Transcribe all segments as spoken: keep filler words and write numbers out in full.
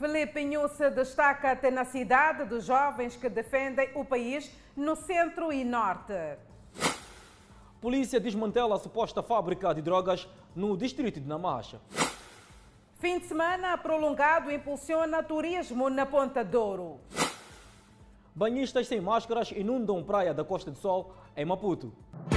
Filipe Nhusse destaca a tenacidade dos jovens que defendem o país no centro e norte. Polícia desmantela a suposta fábrica de drogas no distrito de Namacha. Fim de semana prolongado impulsiona turismo na Ponta Douro. Banhistas sem máscaras inundam praia da Costa do Sol em Maputo.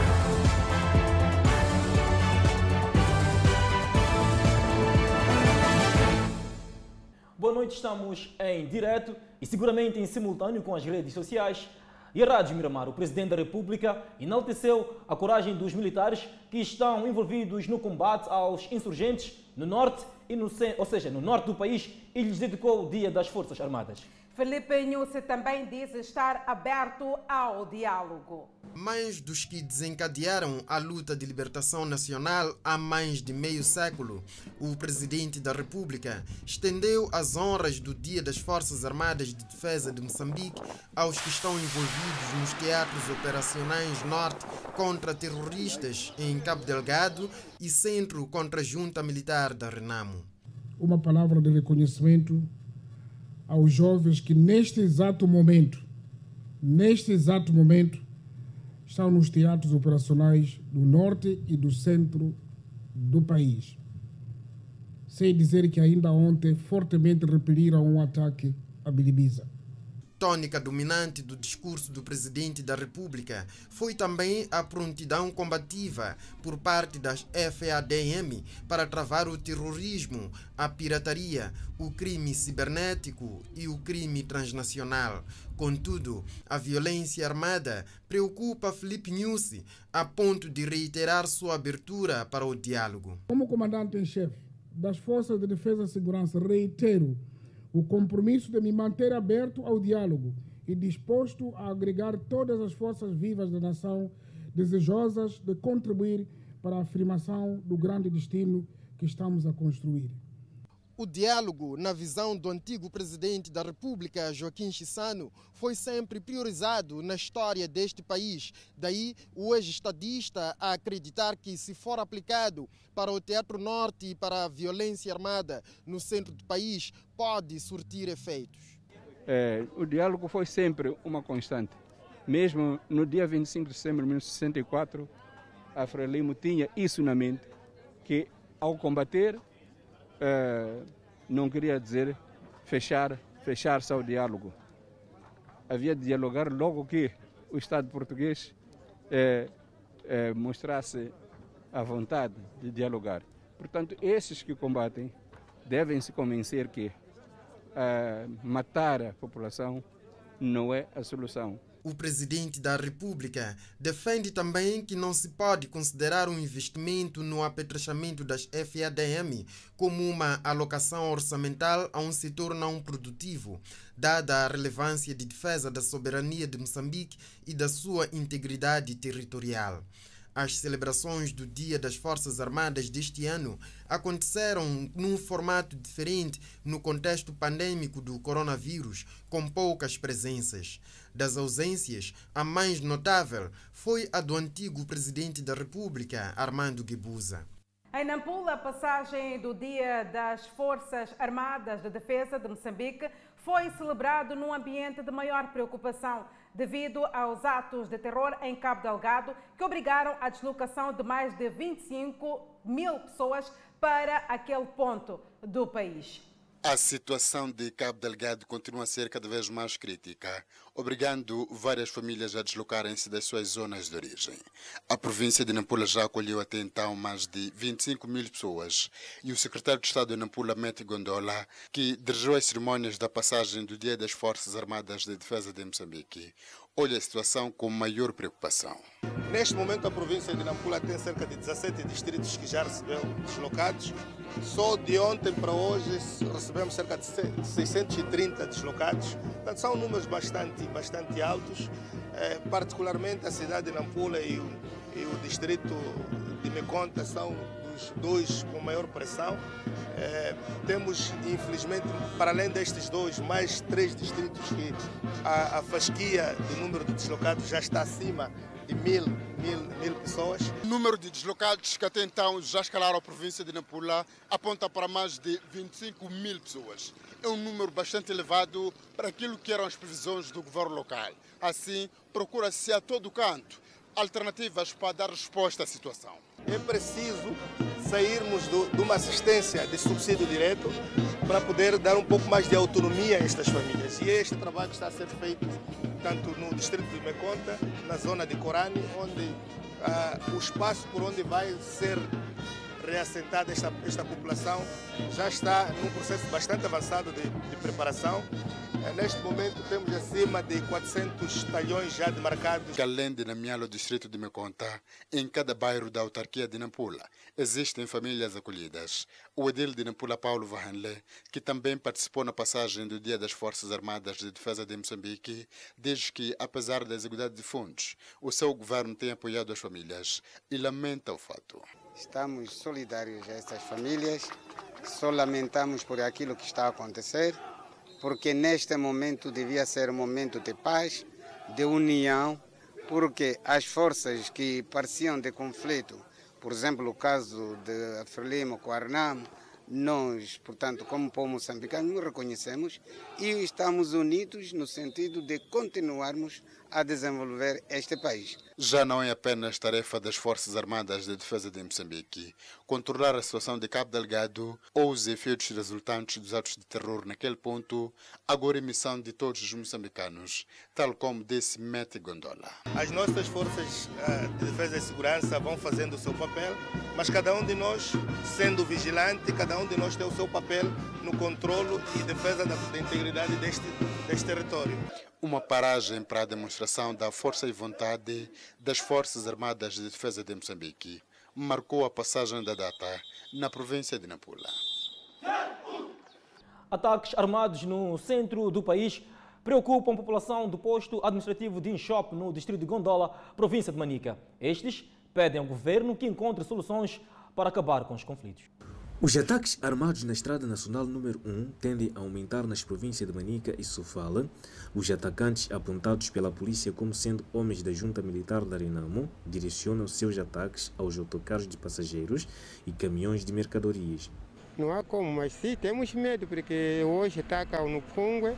Boa noite, estamos em direto e seguramente em simultâneo com as redes sociais. E a Rádio Miramar, o Presidente da República, enalteceu a coragem dos militares que estão envolvidos no combate aos insurgentes no norte, e no, ou seja, no norte do país, e lhes dedicou o Dia das Forças Armadas. Filipe Nhusse também diz estar aberto ao diálogo. Mães dos que desencadearam a luta de libertação nacional há mais de meio século, o Presidente da República estendeu as honras do Dia das Forças Armadas de Defesa de Moçambique aos que estão envolvidos nos teatros operacionais Norte contra terroristas em Cabo Delgado e Centro contra a Junta Militar da Renamo. Uma palavra de reconhecimento aos jovens que neste exato momento, neste exato momento, estão nos teatros operacionais do norte e do centro do país. Sei dizer que ainda ontem fortemente repeliram um ataque a Bilibiza. Tônica dominante do discurso do Presidente da República foi também a prontidão combativa por parte das F A D M para travar o terrorismo, a pirataria, o crime cibernético e o crime transnacional. Contudo, a violência armada preocupa Filipe Nhusse a ponto de reiterar sua abertura para o diálogo. Como comandante em chefe das Forças de Defesa e Segurança, reitero o compromisso de me manter aberto ao diálogo e disposto a agregar todas as forças vivas da nação desejosas de contribuir para a afirmação do grande destino que estamos a construir. O diálogo, na visão do antigo Presidente da República, Joaquim Chissano, foi sempre priorizado na história deste país. Daí, o ex-estadista a acreditar que, se for aplicado para o Teatro Norte e para a violência armada no centro do país, pode surtir efeitos. É, o diálogo foi sempre uma constante. Mesmo no dia vinte e cinco de setembro de mil novecentos e sessenta e quatro, a Frelimo tinha isso na mente, que ao combater, Uh, não queria dizer fechar, fechar-se ao diálogo. Havia de dialogar logo que o Estado português eh, eh, mostrasse a vontade de dialogar. Portanto, esses que combatem devem se convencer que uh, matar a população não é a solução. O Presidente da República defende também que não se pode considerar um investimento no apetrechamento das F A D M como uma alocação orçamental a um setor não produtivo, dada a relevância de defesa da soberania de Moçambique e da sua integridade territorial. As celebrações do Dia das Forças Armadas deste ano aconteceram num formato diferente no contexto pandêmico do coronavírus, com poucas presenças. Das ausências, a mais notável foi a do antigo Presidente da República, Armando Guebuza. Em Nampula, a passagem do Dia das Forças Armadas de Defesa de Moçambique foi celebrado num ambiente de maior preocupação devido aos atos de terror em Cabo Delgado que obrigaram a deslocação de mais de vinte e cinco mil pessoas para aquele ponto do país. A situação de Cabo Delgado continua a ser cada vez mais crítica, obrigando várias famílias a deslocarem-se das suas zonas de origem. A província de Nampula já acolheu até então mais de vinte e cinco mil pessoas e o secretário de Estado de Nampula, Mete Gondola, que dirigiu as cerimônias da passagem do Dia das Forças Armadas de Defesa de Moçambique, olha a situação com maior preocupação. Neste momento, a província de Nampula tem cerca de dezassete distritos que já recebeu deslocados. Só de ontem para hoje recebemos cerca de seiscentos e trinta deslocados. Portanto, são números bastante, bastante altos. É, particularmente a cidade de Nampula e o, e o distrito de Meconta são os dois com maior pressão. É, temos, infelizmente, para além destes dois, mais três distritos que a, a fasquia do número de deslocados já está acima de mil, mil, mil pessoas. O número de deslocados que até então já escalaram a província de Nampula aponta para mais de vinte e cinco mil pessoas. É um número bastante elevado para aquilo que eram as previsões do governo local. Assim, procura-se a todo canto alternativas para dar resposta à situação. É preciso sairmos do, de uma assistência de subsídio direto para poder dar um pouco mais de autonomia a estas famílias. E este trabalho está a ser feito tanto no distrito de Meconta, na zona de Corani, onde ah, o espaço por onde vai ser reassentada esta, esta população já está num processo bastante avançado de, de preparação. Neste momento temos acima de quatrocentos talhões já demarcados. Além de Namialo, distrito de Meconta, em cada bairro da autarquia de Nampula, existem famílias acolhidas. O edil de Nampula, Paulo Vahanle, que também participou na passagem do Dia das Forças Armadas de Defesa de Moçambique, diz que, apesar da exiguidade de fundos, o seu governo tem apoiado as famílias e lamenta o fato. Estamos solidários a essas famílias, só lamentamos por aquilo que está a acontecer, porque neste momento devia ser um momento de paz, de união, porque as forças que pareciam de conflito, por exemplo, o caso de Frelimo com Arnamo, nós, portanto, como povo moçambicano, nos reconhecemos e estamos unidos no sentido de continuarmos a desenvolver este país. Já não é apenas tarefa das Forças Armadas de Defesa de Moçambique controlar a situação de Cabo Delgado ou os efeitos resultantes dos atos de terror naquele ponto, agora é missão de todos os moçambicanos, tal como disse Mete Gondola. As nossas forças de defesa e segurança vão fazendo o seu papel, mas cada um de nós, sendo vigilante, cada um de nós tem o seu papel no controlo e defesa da, da integridade deste, deste território. Uma paragem para a demonstração da força e vontade das Forças Armadas de Defesa de Moçambique marcou a passagem da data na província de Nampula. Ataques armados no centro do país preocupam a população do posto administrativo de Inchope, no distrito de Gondola, província de Manica. Estes pedem ao governo que encontre soluções para acabar com os conflitos. Os ataques armados na Estrada Nacional número um tendem a aumentar nas províncias de Manica e Sofala. Os atacantes, apontados pela polícia como sendo homens da junta militar da Renamo, direcionam seus ataques aos autocarros de passageiros e caminhões de mercadorias. Não há como, mas sim, temos medo, porque hoje atacam no Pungue,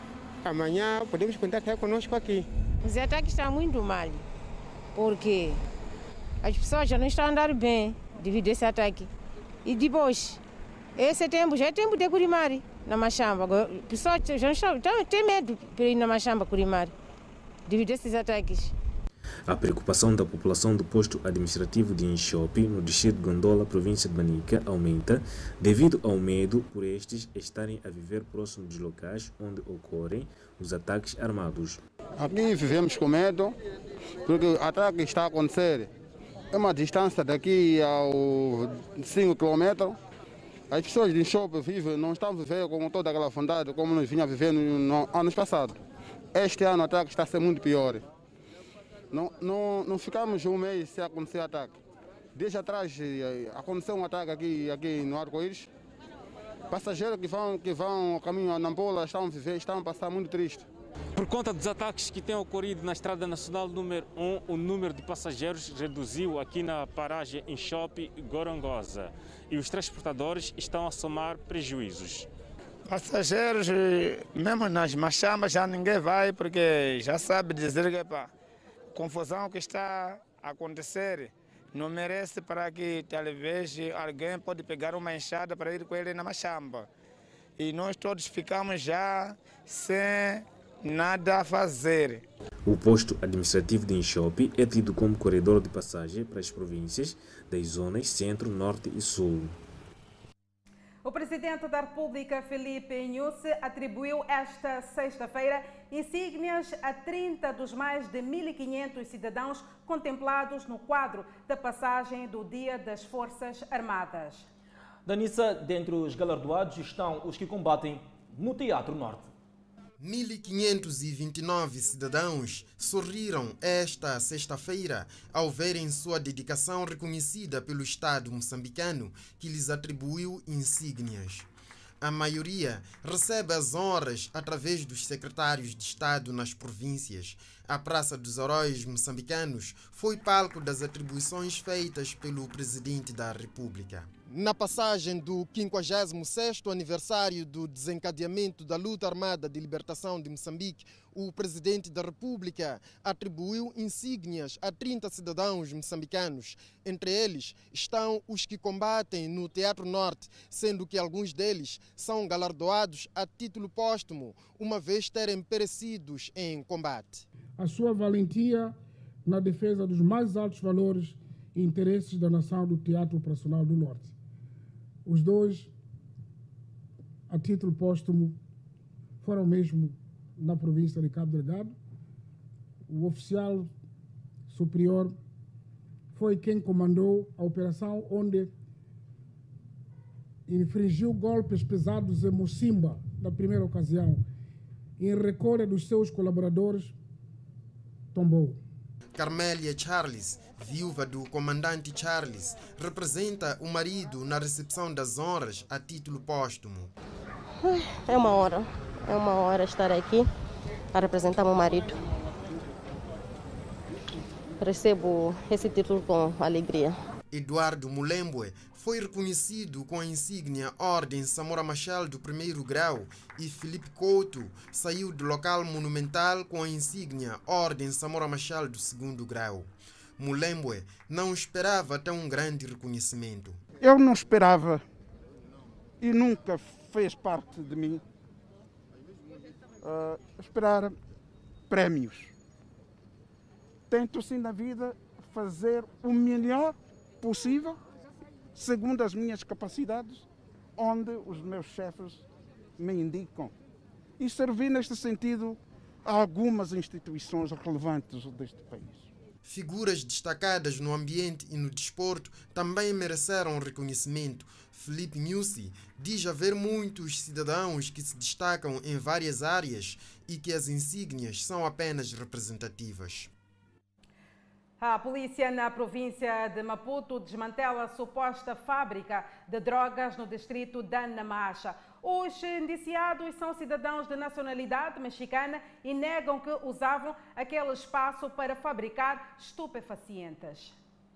amanhã podemos contar até conosco aqui. Os ataques estão muito mal, porque as pessoas já não estão andando bem devido a esse ataque. E depois, esse tempo já é tempo de Curimari, na Machamba. As pessoas já não estão, têm medo de ir na Machamba, Curimari, devido a esses ataques. A preocupação da população do posto administrativo de Inchope, no distrito de Gondola, província de Manica, aumenta devido ao medo por estes estarem a viver próximo dos locais onde ocorrem os ataques armados. Aqui vivemos com medo, porque o ataque está a acontecer. É uma distância daqui aos cinco quilômetros. As pessoas de Inchope vivem, não estão a viver com toda aquela vontade como nós vinha vivendo no anos passados. Este ano o ataque está a ser muito pior. Não, não, não ficamos um mês sem acontecer ataque. Desde atrás aconteceu um ataque aqui, aqui no Arco-Íris. Passageiros que vão, que vão ao caminho a Nampula estão a viver, estão a passar muito triste. Por conta dos ataques que têm ocorrido na Estrada Nacional número um, o número de passageiros reduziu aqui na paragem Inchope e Gorongosa. E os transportadores estão a somar prejuízos. Passageiros, mesmo nas Machambas, já ninguém vai, porque já sabe dizer que pá, confusão que está a acontecer não merece para que talvez alguém pode pegar uma enxada para ir com ele na Machamba. E nós todos ficamos já sem nada a fazer. O posto administrativo de Inchope é tido como corredor de passagem para as províncias das zonas centro, norte e sul. O presidente da República, Filipe Nyusi, atribuiu esta sexta-feira insígnias a trinta dos mais de mil e quinhentos cidadãos contemplados no quadro da passagem do Dia das Forças Armadas. Danissa, dentre os galardoados estão os que combatem no Teatro Norte. mil quinhentos e vinte e nove cidadãos sorriram esta sexta-feira ao verem sua dedicação reconhecida pelo Estado moçambicano, que lhes atribuiu insígnias. A maioria recebe as honras através dos secretários de Estado nas províncias. A Praça dos Heróis Moçambicanos foi palco das atribuições feitas pelo Presidente da República. Na passagem do quinquagésimo sexto aniversário do desencadeamento da luta armada de libertação de Moçambique, o Presidente da República atribuiu insígnias a trinta cidadãos moçambicanos. Entre eles estão os que combatem no Teatro Norte, sendo que alguns deles são galardoados a título póstumo, uma vez terem perecidos em combate. A sua valentia na defesa dos mais altos valores e interesses da nação do Teatro Operacional do Norte. Os dois, a título póstumo, foram mesmo na província de Cabo Delgado. O oficial superior foi quem comandou a operação, onde infringiu golpes pesados em Mocimba, na primeira ocasião. Em recolha dos seus colaboradores, tombou. Carmélia Charles, viúva do comandante Charles, representa o marido na recepção das honras a título póstumo. É uma honra, é uma honra estar aqui a representar meu marido. Recebo esse título com alegria. Eduardo Mulembwe foi reconhecido com a insígnia Ordem Samora Machel do primeiro grau e Felipe Couto saiu do local monumental com a insígnia Ordem Samora Machel do segundo grau. Mulembwe não esperava tão grande reconhecimento. Eu não esperava e nunca fez parte de mim uh, esperar prémios. Tento sim na vida fazer o melhor possível, segundo as minhas capacidades, onde os meus chefes me indicam. E servir neste sentido a algumas instituições relevantes deste país. Figuras destacadas no ambiente e no desporto também mereceram reconhecimento. Felipe Nussi diz haver muitos cidadãos que se destacam em várias áreas e que as insígnias são apenas representativas. A polícia na província de Maputo desmantela a suposta fábrica de drogas no distrito de Namacha. Os indiciados são cidadãos de nacionalidade mexicana e negam que usavam aquele espaço para fabricar estupefacientes.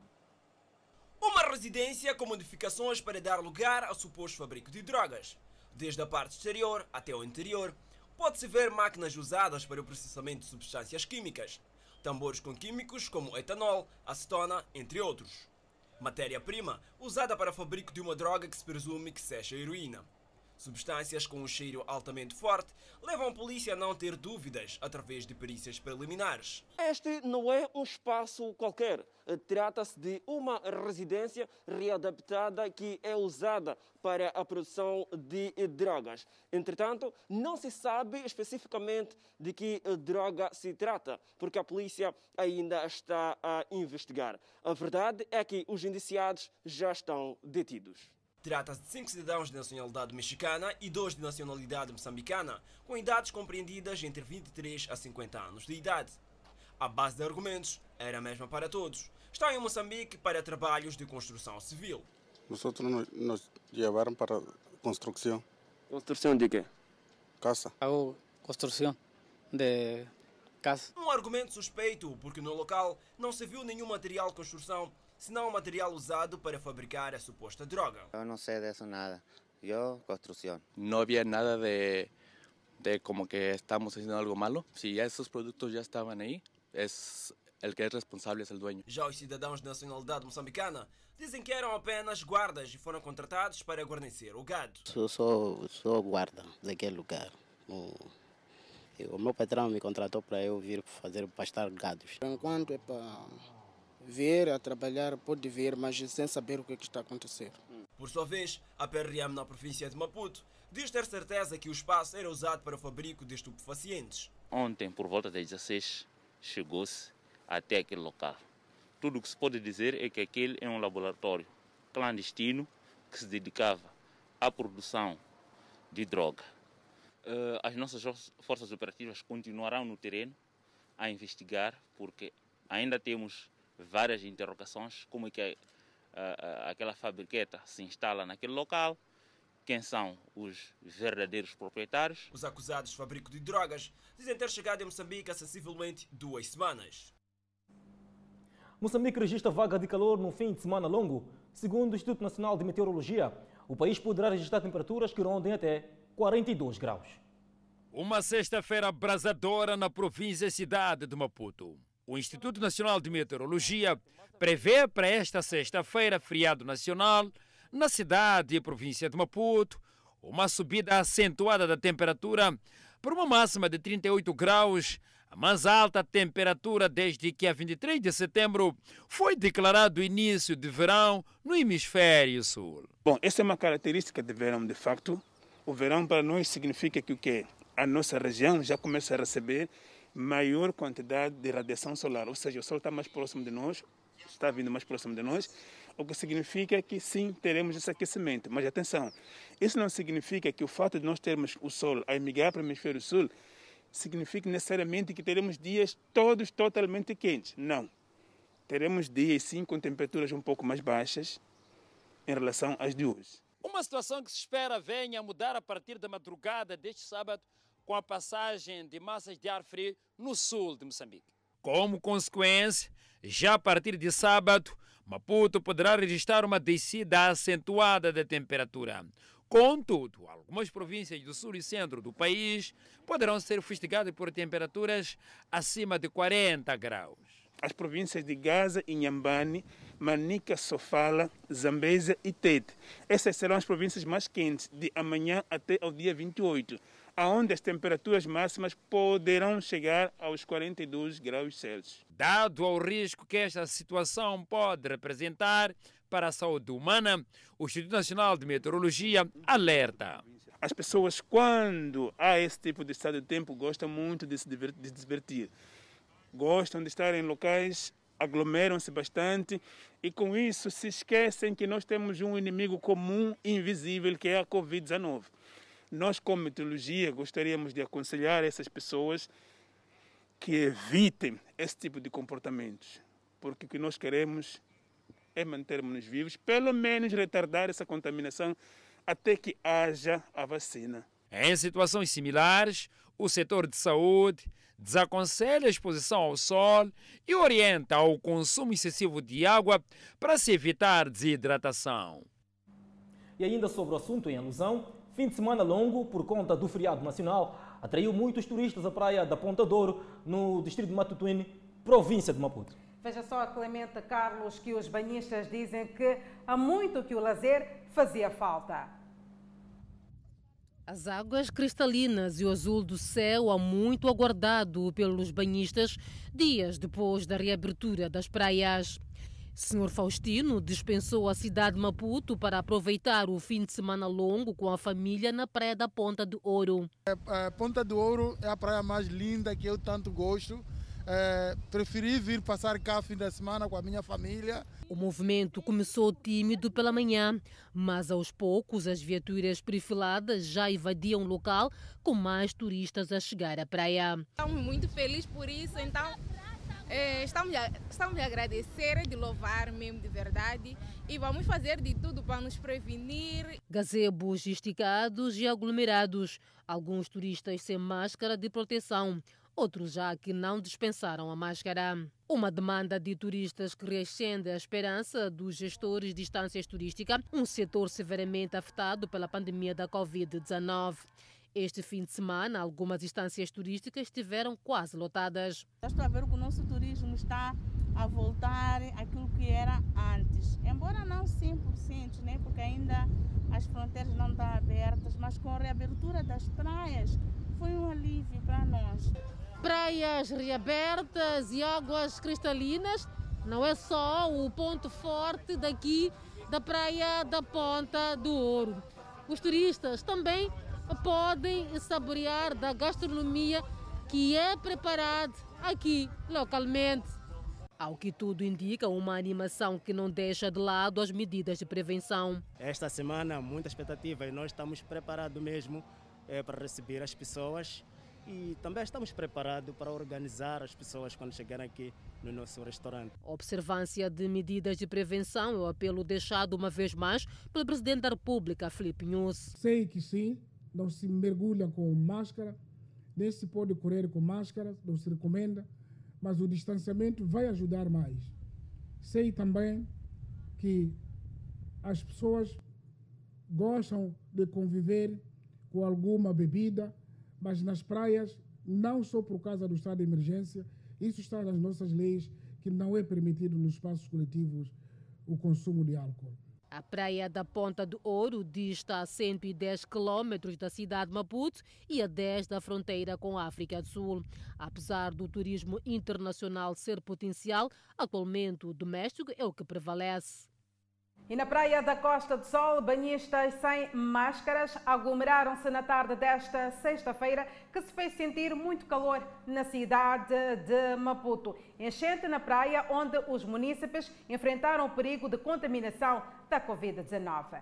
Uma residência com modificações para dar lugar ao suposto fabrico de drogas. Desde a parte exterior até o interior, pode-se ver máquinas usadas para o processamento de substâncias químicas. Tambores com químicos como etanol, acetona, entre outros. Matéria-prima usada para o fabrico de uma droga que se presume que seja heroína. Substâncias com um cheiro altamente forte levam a polícia a não ter dúvidas através de perícias preliminares. Este não é um espaço qualquer. Trata-se de uma residência readaptada que é usada para a produção de drogas. Entretanto, não se sabe especificamente de que droga se trata, porque a polícia ainda está a investigar. A verdade é que os indiciados já estão detidos. Trata-se de cinco cidadãos de nacionalidade mexicana e dois de nacionalidade moçambicana, com idades compreendidas entre vinte e três a cinquenta anos de idade. A base de argumentos era a mesma para todos. Estão em Moçambique para trabalhos de construção civil. Nós nos, nos levaram para construção. Construção de quê? Casa. Hago construção de casa. Um argumento suspeito, porque no local não se viu nenhum material de construção, senão o material usado para fabricar a suposta droga. Eu não sei disso nada. Eu, construção. Não havia nada de, de como que estamos haciendo algo malo. Si ya esos productos ya estaban ahí, es el que es responsable es el dueño. Já os cidadãos de nacionalidade moçambicana dizem que eram apenas guardas e foram contratados para guarnecer o gado. Sou, sou, sou guarda daquele lugar. O, o meu patrão me contratou para eu vir fazer pastar gados. Enquanto é para vir a trabalhar, pode vir, mas sem saber o que, é que está a acontecer. Por sua vez, a P R M na província de Maputo diz ter certeza que o espaço era usado para o fabrico de estupefacientes. Ontem, por volta das dezesseis, chegou-se até aquele local. Tudo o que se pode dizer é que aquele é um laboratório clandestino que se dedicava à produção de droga. As nossas forças operativas continuarão no terreno a investigar, porque ainda temos várias interrogações, como é que a, a, aquela fabriqueta se instala naquele local quem são os verdadeiros proprietários. Os acusados de fabrico de drogas dizem ter chegado em Moçambique há sensivelmente duas semanas. Moçambique registra vaga de calor no fim de semana longo. Segundo o Instituto Nacional de Meteorologia, o país poderá registrar temperaturas que rondem até quarenta e dois graus. Uma sexta-feira abrasadora na província e cidade de Maputo. O Instituto Nacional de Meteorologia prevê para esta sexta-feira, feriado nacional, na cidade e província de Maputo, uma subida acentuada da temperatura por uma máxima de trinta e oito graus, a mais alta temperatura desde que a vinte e três de setembro foi declarado o início de verão no hemisfério sul. Bom, essa é uma característica de verão, de facto. O verão para nós significa que o quê? A nossa região já começa a receber maior quantidade de radiação solar, ou seja, o sol está mais próximo de nós, está vindo mais próximo de nós, o que significa que sim, teremos esse aquecimento. Mas atenção, isso não significa que o fato de nós termos o sol a emigrar para o hemisfério sul significa necessariamente que teremos dias todos totalmente quentes. Não. Teremos dias sim com temperaturas um pouco mais baixas em relação às de hoje. Uma situação que se espera venha a mudar a partir da madrugada deste sábado com a passagem de massas de ar frio no sul de Moçambique. Como consequência, já a partir de sábado, Maputo poderá registrar uma descida acentuada da temperatura. Contudo, algumas províncias do sul e centro do país poderão ser fustigadas por temperaturas acima de quarenta graus. As províncias de Gaza, Inhambane, Manica, Sofala, Zambésia e Tete. Essas serão as províncias mais quentes de amanhã até ao dia vinte e oito, onde as temperaturas máximas poderão chegar aos quarenta e dois graus Celsius. Dado ao risco que esta situação pode representar para a saúde humana, o Instituto Nacional de Meteorologia alerta. As pessoas, quando há esse tipo de estado de tempo, gostam muito de se divertir. Gostam de estar em locais, aglomeram-se bastante e com isso se esquecem que nós temos um inimigo comum invisível que é a covid dezenove. Nós, como meteorologia, gostaríamos de aconselhar essas pessoas que evitem esse tipo de comportamentos, porque o que nós queremos é mantermos-nos vivos, pelo menos retardar essa contaminação até que haja a vacina. Em situações similares, o setor de saúde desaconselha a exposição ao sol e orienta ao consumo excessivo de água para se evitar desidratação. E ainda sobre o assunto em alusão, fim de semana longo, por conta do feriado nacional, atraiu muitos turistas à praia da Ponta de Ouro, no distrito de Matutuine, província de Maputo. Veja só, Clemente Carlos, que os banhistas dizem que há muito que o lazer fazia falta. As águas cristalinas e o azul do céu há muito aguardado pelos banhistas dias depois da reabertura das praias. Senhor Faustino dispensou a cidade de Maputo para aproveitar o fim de semana longo com a família na praia da Ponta de Ouro. A Ponta de Ouro é a praia mais linda que eu tanto gosto. É, preferi vir passar cá fim de semana com a minha família. O movimento começou tímido pela manhã, mas aos poucos as viaturas perfiladas já invadiam o local com mais turistas a chegar à praia. Estamos muito felizes por isso, então é, estamos, a, estamos a agradecer, de louvar mesmo de verdade e vamos fazer de tudo para nos prevenir. Gazebos esticados e aglomerados, alguns turistas sem máscara de proteção. Outros já que não dispensaram a máscara. Uma demanda de turistas que reacende a esperança dos gestores de instâncias turísticas, um setor severamente afetado pela pandemia da covid dezenove. Este fim de semana, algumas instâncias turísticas estiveram quase lotadas. Já estou a ver que o nosso turismo está a voltar àquilo que era antes. Embora não cem por cento, né? Porque ainda as fronteiras não estão abertas, mas com a reabertura das praias foi um alívio para nós. Praias reabertas e águas cristalinas não é só o ponto forte daqui da praia da Ponta do Ouro. Os turistas também podem saborear da gastronomia que é preparada aqui localmente. Ao que tudo indica, uma animação que não deixa de lado as medidas de prevenção. Esta semana, muita expectativa e nós estamos preparados mesmo é, para receber as pessoas. E também estamos preparados para organizar as pessoas quando chegarem aqui no nosso restaurante. Observância de medidas de prevenção é o apelo deixado uma vez mais pelo Presidente da República, Filipe Nunes. Sei que sim, não se mergulha com máscara, nem se pode correr com máscara, não se recomenda, mas o distanciamento vai ajudar mais. Sei também que as pessoas gostam de conviver com alguma bebida, mas nas praias, não só por causa do estado de emergência, isso está nas nossas leis, que não é permitido nos espaços coletivos o consumo de álcool. A praia da Ponta do Ouro dista a cento e dez quilômetros da cidade de Maputo e a dez da fronteira com a África do Sul. Apesar do turismo internacional ser potencial, atualmente o doméstico é o que prevalece. E na praia da Costa do Sol, banhistas sem máscaras aglomeraram-se na tarde desta sexta-feira, que se fez sentir muito calor na cidade de Maputo. Enchente na praia, onde os munícipes enfrentaram o perigo de contaminação da covid dezenove.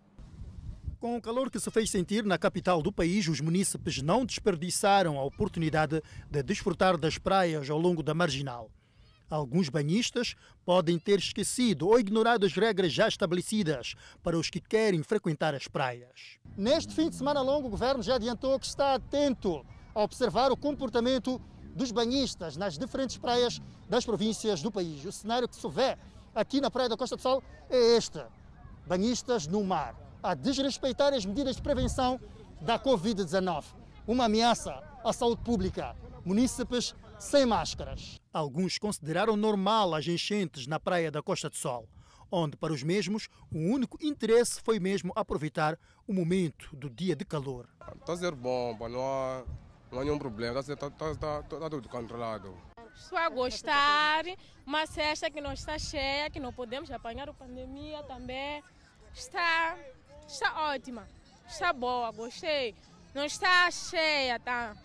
Com o calor que se fez sentir na capital do país, os munícipes não desperdiçaram a oportunidade de desfrutar das praias ao longo da marginal. Alguns banhistas podem ter esquecido ou ignorado as regras já estabelecidas para os que querem frequentar as praias. Neste fim de semana longo, o governo já adiantou que está atento a observar o comportamento dos banhistas nas diferentes praias das províncias do país. O cenário que se vê aqui na praia da Costa do Sol é este: banhistas no mar a desrespeitar as medidas de prevenção da covid dezenove. Uma ameaça à saúde pública. Munícipes sem máscaras. Alguns consideraram normal as enchentes na praia da Costa do Sol, onde para os mesmos o único interesse foi mesmo aproveitar o momento do dia de calor. Está a ser bom, não há, não há nenhum problema, está, está, está, está tudo controlado. Estou a gostar, uma cesta que não está cheia, que não podemos apanhar a pandemia também. Está, está ótima, está boa, gostei. Não está cheia, tá?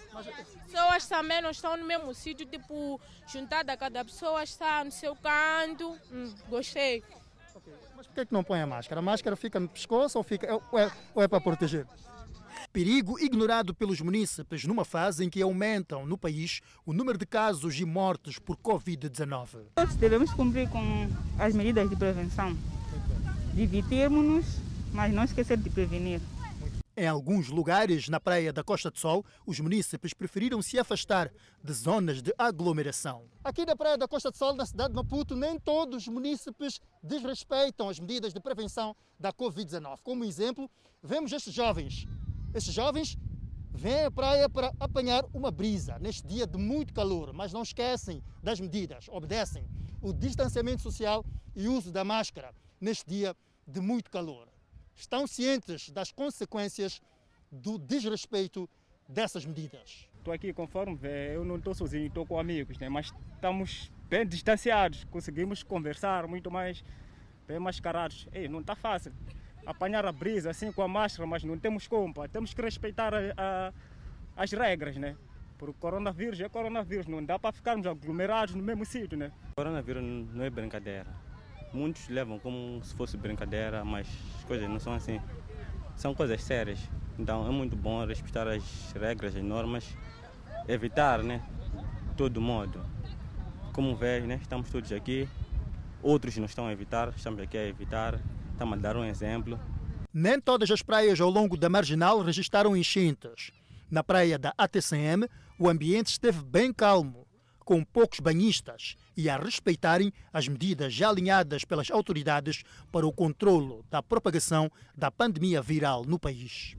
Pessoas também não estão no mesmo sítio, tipo, juntada, cada pessoa está no seu canto. Hum, gostei. Okay. Mas por que, que não põe a máscara? A máscara fica no pescoço ou, fica, ou, é, ou é para proteger? Perigo ignorado pelos munícipes numa fase em que aumentam no país o número de casos e mortes por covid dezenove. Todos devemos cumprir com as medidas de prevenção. Divertirmos-nos, mas não esquecer de prevenir. Em alguns lugares na praia da Costa do Sol, os munícipes preferiram se afastar de zonas de aglomeração. Aqui na praia da Costa do Sol, na cidade de Maputo, nem todos os munícipes desrespeitam as medidas de prevenção da covid dezenove. Como exemplo, vemos estes jovens. Estes jovens vêm à praia para apanhar uma brisa neste dia de muito calor, mas não esquecem das medidas, obedecem o distanciamento social e o uso da máscara neste dia de muito calor. Estão cientes das consequências do desrespeito dessas medidas. Estou aqui, conforme vê, eu não estou sozinho, estou com amigos, né? Mas estamos bem distanciados, conseguimos conversar muito mais bem mascarados. Ei, não está fácil apanhar a brisa assim com a máscara, mas não temos como, pá. Temos que respeitar a, a, as regras, né? Porque o coronavírus é coronavírus, não dá para ficarmos aglomerados no mesmo sítio, né? O coronavírus não é brincadeira. Muitos levam como se fosse brincadeira, mas as coisas não são assim. São coisas sérias. Então é muito bom respeitar as regras, as normas, evitar, né? De todo modo. Como vê, né? Estamos todos aqui. Outros não estão a evitar, estamos aqui a evitar. Estamos a dar um exemplo. Nem todas as praias ao longo da marginal registraram enchentes. Na praia da A T C M, o ambiente esteve bem calmo, com poucos banhistas e a respeitarem as medidas já alinhadas pelas autoridades para o controlo da propagação da pandemia viral no país.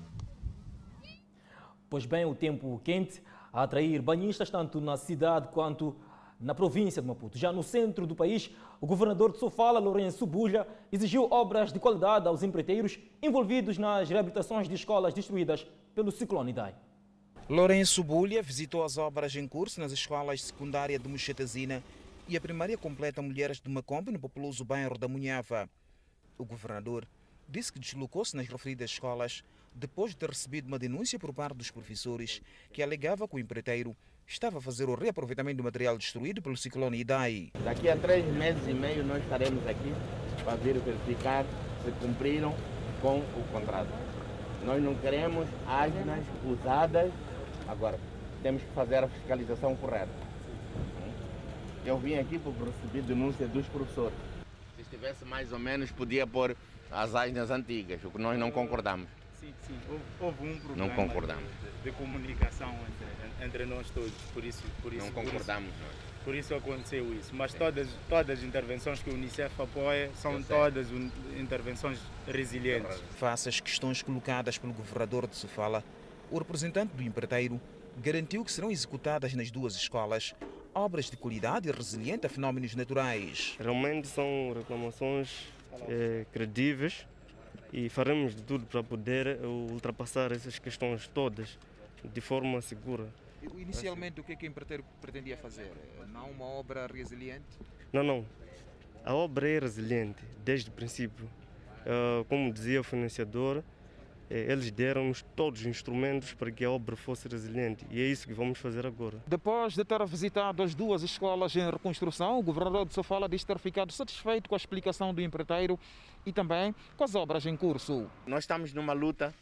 Pois bem, o tempo quente a atrair banhistas tanto na cidade quanto na província de Maputo. Já no centro do país, o governador de Sofala, Lourenço Bulha, exigiu obras de qualidade aos empreiteiros envolvidos nas reabilitações de escolas destruídas pelo ciclone Idai. Lourenço Bulha visitou as obras em curso nas escolas secundárias de Muxetazina e a primária completa Mulheres de Macombe, no populoso bairro da Munhava. O governador disse que deslocou-se nas referidas escolas depois de ter recebido uma denúncia por parte dos professores que alegava que o empreiteiro estava a fazer o reaproveitamento do material destruído pelo ciclone Idai. Daqui a três meses e meio nós estaremos aqui para vir verificar se cumpriram com o contrato. Nós não queremos asnas usadas. Agora, temos que fazer a fiscalização correta. Eu vim aqui porque recebi denúncia dos professores. Se estivesse mais ou menos, podia pôr as áreas antigas, o que nós não concordamos. Sim, sim. Houve, houve um problema Não concordamos. De, de comunicação entre, entre nós todos, por isso, por isso Não concordamos. Por isso, por isso aconteceu isso. Mas todas, todas as intervenções que o Unicef apoia são todas un, intervenções resilientes. Face às questões colocadas pelo governador de Sofala, o representante do empreiteiro garantiu que serão executadas nas duas escolas obras de qualidade e resiliente a fenómenos naturais. Realmente são reclamações é, credíveis e faremos de tudo para poder ultrapassar essas questões todas de forma segura. Inicialmente, o que é que o empreiteiro pretendia fazer? Não uma obra resiliente? Não, não. A obra é resiliente desde o princípio. Uh, como dizia o financiador, eh, eles deram-nos todos os instrumentos para que a obra fosse resiliente e é isso que vamos fazer agora. Depois de ter visitado as duas escolas em reconstrução, o governador de Sofala diz ter ficado satisfeito com a explicação do empreiteiro e também com as obras em curso. Nós estamos numa luta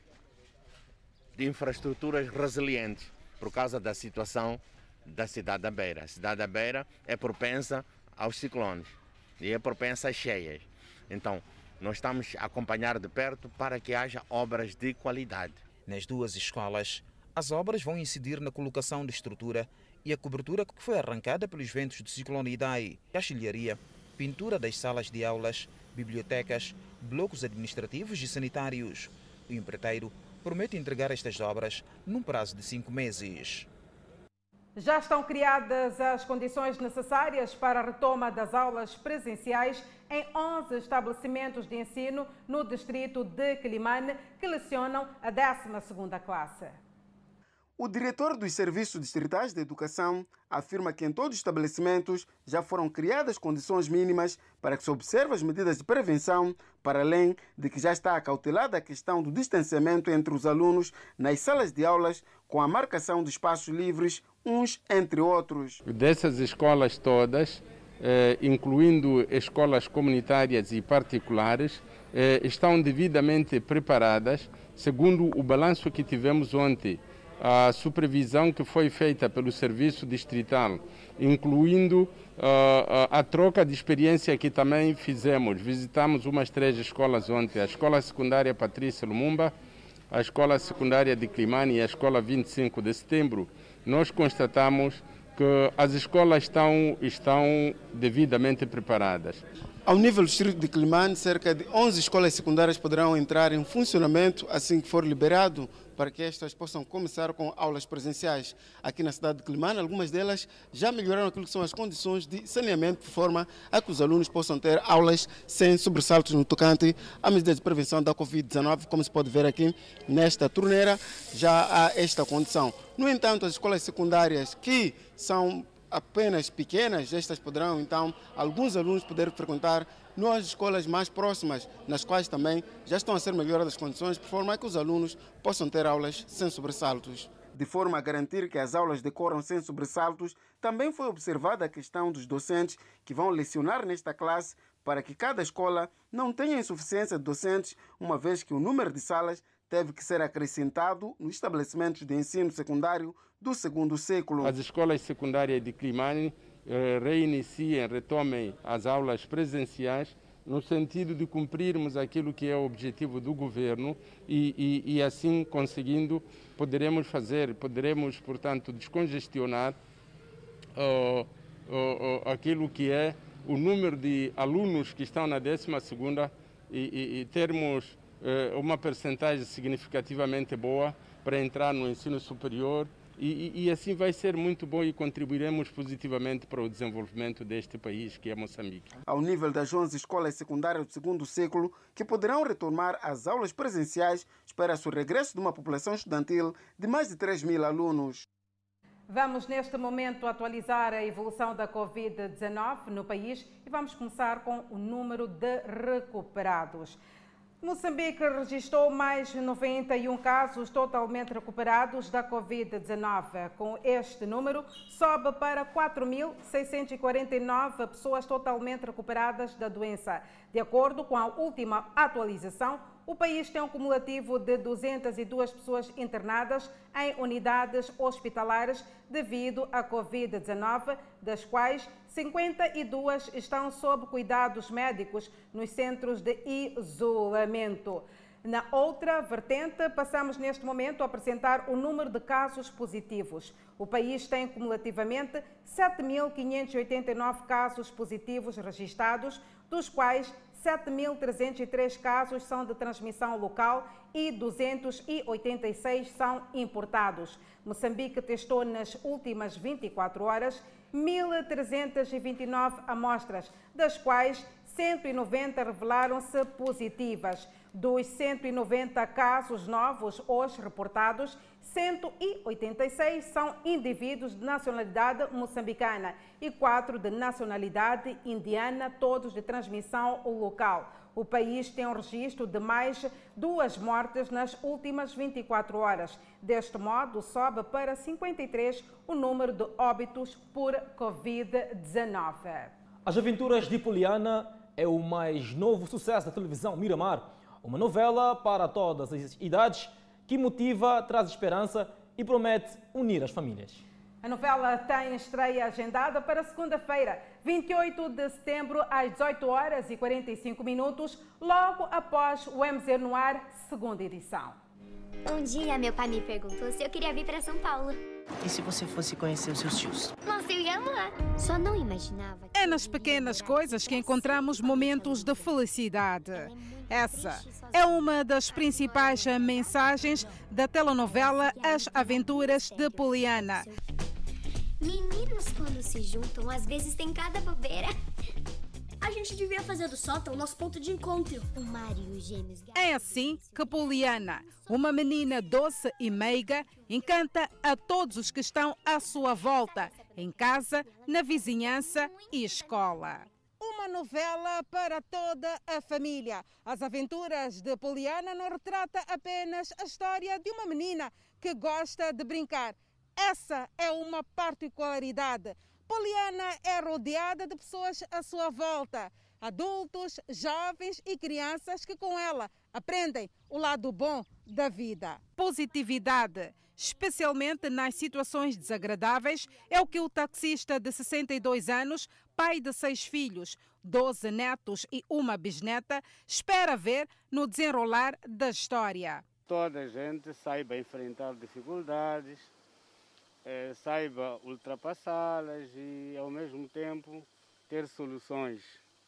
de infraestruturas resilientes por causa da situação da cidade da Beira. A cidade da Beira é propensa aos ciclones e é propensa às cheias. Então, nós estamos a acompanhar de perto para que haja obras de qualidade. Nas duas escolas, as obras vão incidir na colocação de estrutura e a cobertura que foi arrancada pelos ventos do ciclone Idai, artilharia, pintura das salas de aulas, bibliotecas, blocos administrativos e sanitários. O empreiteiro promete entregar estas obras num prazo de cinco meses. Já estão criadas as condições necessárias para a retoma das aulas presenciais em onze estabelecimentos de ensino no distrito de Quelimane, que lecionam a décima segunda classe. O diretor dos Serviços Distritais de Educação afirma que em todos os estabelecimentos já foram criadas condições mínimas para que se observe as medidas de prevenção, para além de que já está acautelada a questão do distanciamento entre os alunos nas salas de aulas, com a marcação de espaços livres, uns entre outros. Dessas escolas todas, eh, incluindo escolas comunitárias e particulares, eh, estão devidamente preparadas, segundo o balanço que tivemos ontem. A supervisão que foi feita pelo Serviço Distrital, incluindo uh, a, a troca de experiência que também fizemos. Visitamos umas três escolas ontem, a Escola Secundária Patrícia Lumumba, a Escola Secundária de Quelimane e a Escola vinte e cinco de Setembro. Nós constatamos que as escolas estão, estão devidamente preparadas. Ao nível do distrito de Quelimane, cerca de onze escolas secundárias poderão entrar em funcionamento assim que for liberado, para que estas possam começar com aulas presenciais. Aqui na cidade de Quelimane, algumas delas já melhoraram aquilo que são as condições de saneamento, de forma a que os alunos possam ter aulas sem sobressaltos no tocante à medida de prevenção da Covid dezenove. Como se pode ver aqui nesta torneira, já há esta condição. No entanto, as escolas secundárias que são apenas pequenas, estas poderão então alguns alunos poder frequentar nas escolas mais próximas, nas quais também já estão a ser melhoradas as condições, de forma a que os alunos possam ter aulas sem sobressaltos. De forma a garantir que as aulas decorram sem sobressaltos, também foi observada a questão dos docentes que vão lecionar nesta classe, para que cada escola não tenha insuficiência de docentes, uma vez que o número de salas teve que ser acrescentado nos estabelecimentos de ensino secundário do segundo século. As escolas secundárias de Quelimane eh, reiniciem, retomem as aulas presenciais no sentido de cumprirmos aquilo que é o objetivo do governo e, e, e assim conseguindo poderemos fazer, poderemos, portanto, descongestionar uh, uh, uh, aquilo que é o número de alunos que estão na décima segunda e, e, e termos uh, uma percentagem significativamente boa para entrar no ensino superior. E, e, e assim vai ser muito bom e contribuiremos positivamente para o desenvolvimento deste país, que é Moçambique. Ao nível das onze escolas secundárias do segundo século, que poderão retomar as aulas presenciais, espera-se o regresso de uma população estudantil de mais de três mil alunos. Vamos neste momento atualizar a evolução da Covid dezenove no país e vamos começar com o número de recuperados. Moçambique registrou mais noventa e um casos totalmente recuperados da Covid dezenove. Com este número, sobe para quatro mil seiscentos e quarenta e nove pessoas totalmente recuperadas da doença. De acordo com a última atualização, o país tem um cumulativo de duzentas e duas pessoas internadas em unidades hospitalares devido à Covid dezenove, das quais cinquenta e duas estão sob cuidados médicos nos centros de isolamento. Na outra vertente, passamos neste momento a apresentar o número de casos positivos. O país tem cumulativamente sete mil quinhentos e oitenta e nove casos positivos registados, dos quais sete mil trezentos e três casos são de transmissão local e duzentos e oitenta e seis são importados. Moçambique testou nas últimas vinte e quatro horas mil trezentas e vinte e nove amostras, das quais cento e noventa revelaram-se positivas. Dos cento e noventa casos novos hoje reportados, cento e oitenta e seis são indivíduos de nacionalidade moçambicana e quatro de nacionalidade indiana, todos de transmissão local. O país tem um registro de mais duas mortes nas últimas vinte e quatro horas. Deste modo, sobe para cinquenta e três o número de óbitos por Covid dezenove. As Aventuras de Poliana é o mais novo sucesso da televisão Miramar. Uma novela para todas as idades que motiva, traz esperança e promete unir as famílias. A novela tem estreia agendada para segunda-feira, vinte e oito de setembro, às dezoito horas e quarenta e cinco minutos, logo após o M Z no ar, segunda edição. Um dia, meu pai me perguntou se eu queria vir para São Paulo. E se você fosse conhecer os seus tios? Nossa, eu ia amar. Só não imaginava. É nas pequenas coisas que encontramos momentos de felicidade. Essa é uma das principais mensagens da telenovela As Aventuras de Poliana. Meninos, quando se juntam, às vezes tem cada bobeira. A gente devia fazer do sótão o nosso ponto de encontro. O Mário e os gêmeos. É assim que Poliana, uma menina doce e meiga, encanta a todos os que estão à sua volta, em casa, na vizinhança e escola. Uma novela para toda a família. As Aventuras de Poliana não retrata apenas a história de uma menina que gosta de brincar. Essa é uma particularidade. Poliana é rodeada de pessoas à sua volta, adultos, jovens e crianças que com ela aprendem o lado bom da vida. Positividade, especialmente nas situações desagradáveis, é o que o taxista de sessenta e dois anos, pai de seis filhos, doze netos e uma bisneta, espera ver no desenrolar da história. Toda a gente saiba enfrentar dificuldades, É, saiba ultrapassá-las e, ao mesmo tempo, ter soluções.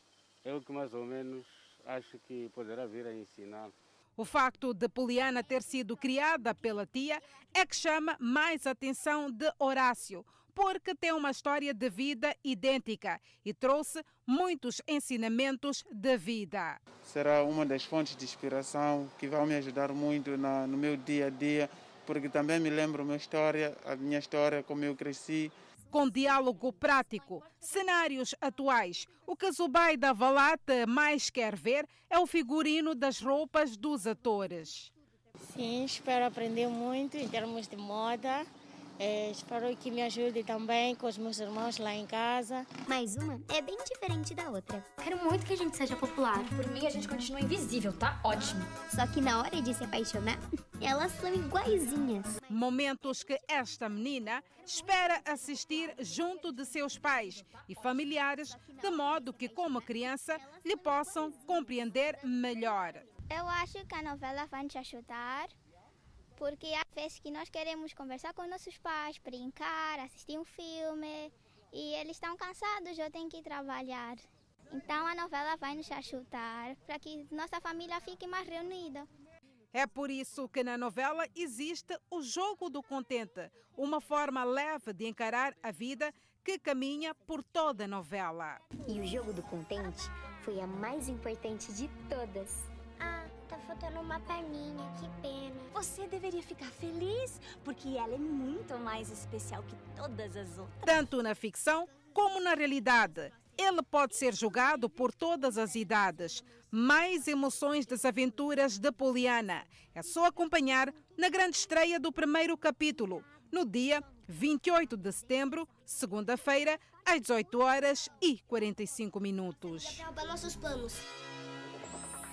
É o que mais ou menos acho que poderá vir a ensinar. O facto de Poliana ter sido criada pela tia é que chama mais a atenção de Horácio, porque tem uma história de vida idêntica e trouxe muitos ensinamentos de vida. Será uma das fontes de inspiração que vai me ajudar muito na, no meu dia a dia, porque também me lembro a minha história, a minha história, como eu cresci. Com diálogo prático, cenários atuais, o que Zubaida Valate mais quer ver é o figurino das roupas dos atores. Sim, espero aprender muito em termos de moda. É, espero que me ajude também com os meus irmãos lá em casa. Mais uma é bem diferente da outra. Quero muito que a gente seja popular. Por mim, a gente continua invisível, tá ótimo. Só que na hora de se apaixonar, elas são iguaizinhas. Momentos que esta menina espera assistir junto de seus pais e familiares, de modo que, como criança, lhe possam compreender melhor. Eu acho que a novela vai nos ajudar, porque às vezes que nós queremos conversar com nossos pais, brincar, assistir um filme, e eles estão cansados, eu tenho que trabalhar. Então a novela vai nos ajudar para que nossa família fique mais reunida. É por isso que na novela existe o jogo do contente, uma forma leve de encarar a vida que caminha por toda a novela. E o jogo do contente foi a mais importante de todas. Ah, tá faltando uma perninha, que pena. Você deveria ficar feliz, porque ela é muito mais especial que todas as outras. Tanto na ficção como na realidade. Ele pode ser julgado por todas as idades. Mais emoções das Aventuras de Poliana. É só acompanhar na grande estreia do primeiro capítulo, no dia vinte e oito de setembro, segunda-feira, às dezoito horas e quarenta e cinco minutos. Nossos planos.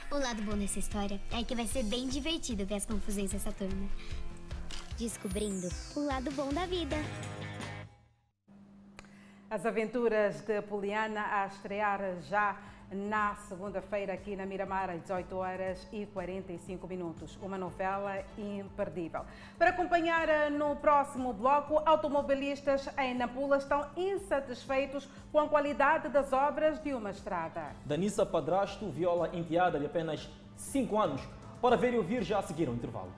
O lado bom dessa história é que vai ser bem divertido ver as confusões dessa turma. Descobrindo o lado bom da vida. As aventuras de Poliana a estrear já na segunda-feira aqui na Miramar, às dezoito horas e quarenta e cinco minutos. Uma novela imperdível. Para acompanhar no próximo bloco, automobilistas em Nampula estão insatisfeitos com a qualidade das obras de uma estrada. Danissa Padrasto viola enteada de apenas cinco anos. Para ver e ouvir já a seguir o intervalo.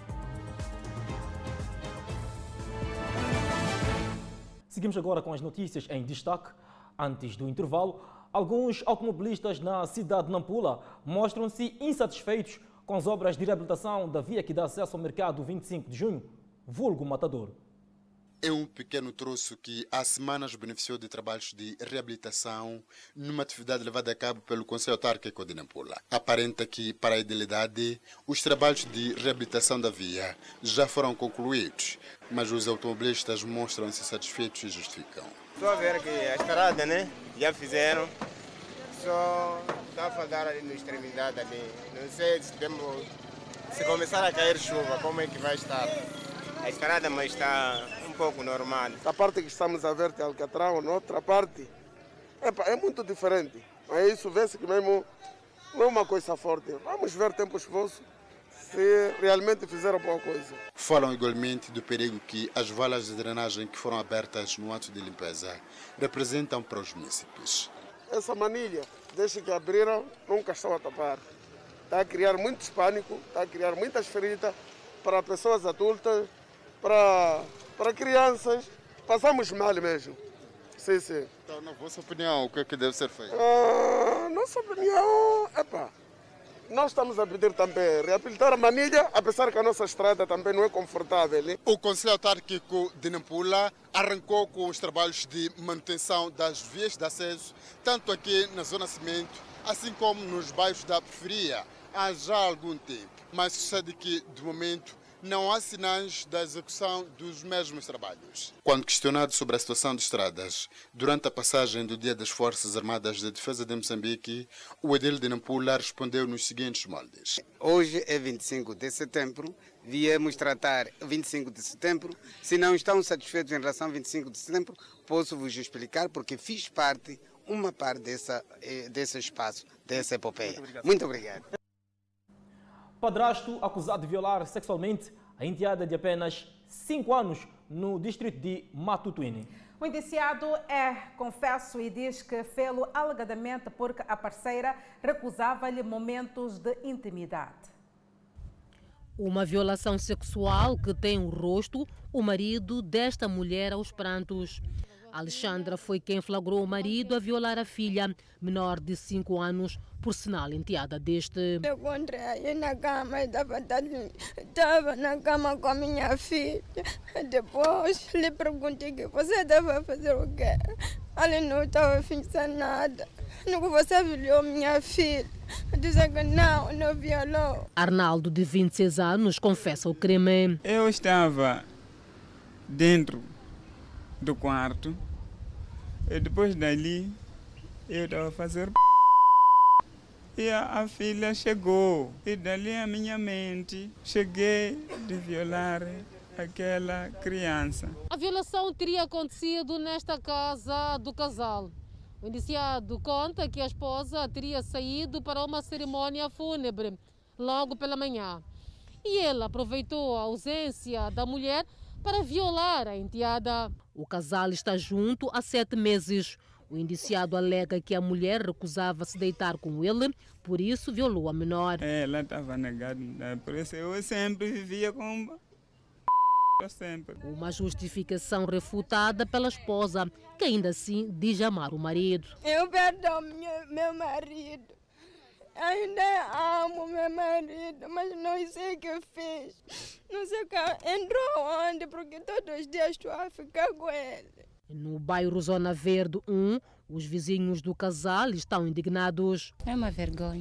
Seguimos agora com as notícias em destaque. Antes do intervalo, alguns automobilistas na cidade de Nampula mostram-se insatisfeitos com as obras de reabilitação da via que dá acesso ao mercado vinte e cinco de junho, vulgo Matador. É um pequeno troço que há semanas beneficiou de trabalhos de reabilitação numa atividade levada a cabo pelo Conselho Autárquico de Nampula. Aparenta que, para a idilidade, os trabalhos de reabilitação da via já foram concluídos, mas os automobilistas mostram-se satisfeitos e justificam. Estou a ver que a estrada, né, já fizeram, só está a faltar ali na extremidade ali. Não sei se, temos, se começar a cair chuva, como é que vai estar. A estrada, mas está um pouco normal. A parte que estamos a ver de Alcatrão, na outra parte, epa, é muito diferente. Mas isso vê-se que mesmo não é uma coisa forte. Vamos ver tempo chuvoso se realmente fizeram boa coisa. Falam igualmente do perigo que as valas de drenagem que foram abertas no ato de limpeza representam para os munícipes. Essa manilha, desde que abriram, nunca estão a tapar. Está a criar muito pânico, está a criar muitas feridas para pessoas adultas, para, para crianças. Passamos mal mesmo. Sim, sim. Então, na vossa opinião, o que é que deve ser feito? Ah, nossa opinião, epa, nós estamos a pedir também reabilitar a manilha, apesar que a nossa estrada também não é confortável. Hein? O Conselho Autárquico de Nampula arrancou com os trabalhos de manutenção das vias de acesso, tanto aqui na Zona Cimento, assim como nos bairros da periferia, há já algum tempo. Mas sucede que, de momento, não há sinais da execução dos mesmos trabalhos. Quando questionado sobre a situação de estradas, durante a passagem do Dia das Forças Armadas de Defesa de Moçambique, o edil de Nampula respondeu nos seguintes moldes. Hoje é vinte e cinco de setembro, viemos tratar vinte e cinco de setembro. Se não estão satisfeitos em relação a vinte e cinco de setembro, posso vos explicar porque fiz parte, uma parte dessa, desse espaço, dessa epopeia. Muito obrigado. Muito obrigado. Padrasto acusado de violar sexualmente a enteada de apenas cinco anos no distrito de Matutuine. O indiciado é confesso e diz que fê-lo alegadamente porque a parceira recusava-lhe momentos de intimidade. Uma violação sexual que tem o rosto, o marido desta mulher aos prantos. Alexandra foi quem flagrou o marido a violar a filha, menor de cinco anos, por sinal enteada deste. Eu encontrei aí na cama, estava na cama com a minha filha. Depois lhe perguntei que você estava a fazer o quê? Ele não estava fazendo nada. Nunca você violou minha filha. Dizem que não, não violou. Arnaldo, de vinte e seis anos, confessa o crime. Eu estava dentro do quarto e depois dali eu estava a fazer e a, a filha chegou e dali a minha mente cheguei de violar aquela criança. A violação teria acontecido nesta casa do casal. O indiciado conta que a esposa teria saído para uma cerimônia fúnebre logo pela manhã e ele aproveitou a ausência da mulher para violar a enteada. O casal está junto há sete meses. O indiciado alega que a mulher recusava-se deitar com ele, por isso violou a menor. Ela estava negada, por isso eu sempre vivia com sempre. Uma justificação refutada pela esposa, que ainda assim diz amar o marido. Eu perdoo meu marido. Ainda amo meu marido, mas não sei o que fiz. Não sei o que entrou onde, porque todos os dias estou a ficar com ele. No bairro Zona Verde um, os vizinhos do casal estão indignados. É uma vergonha.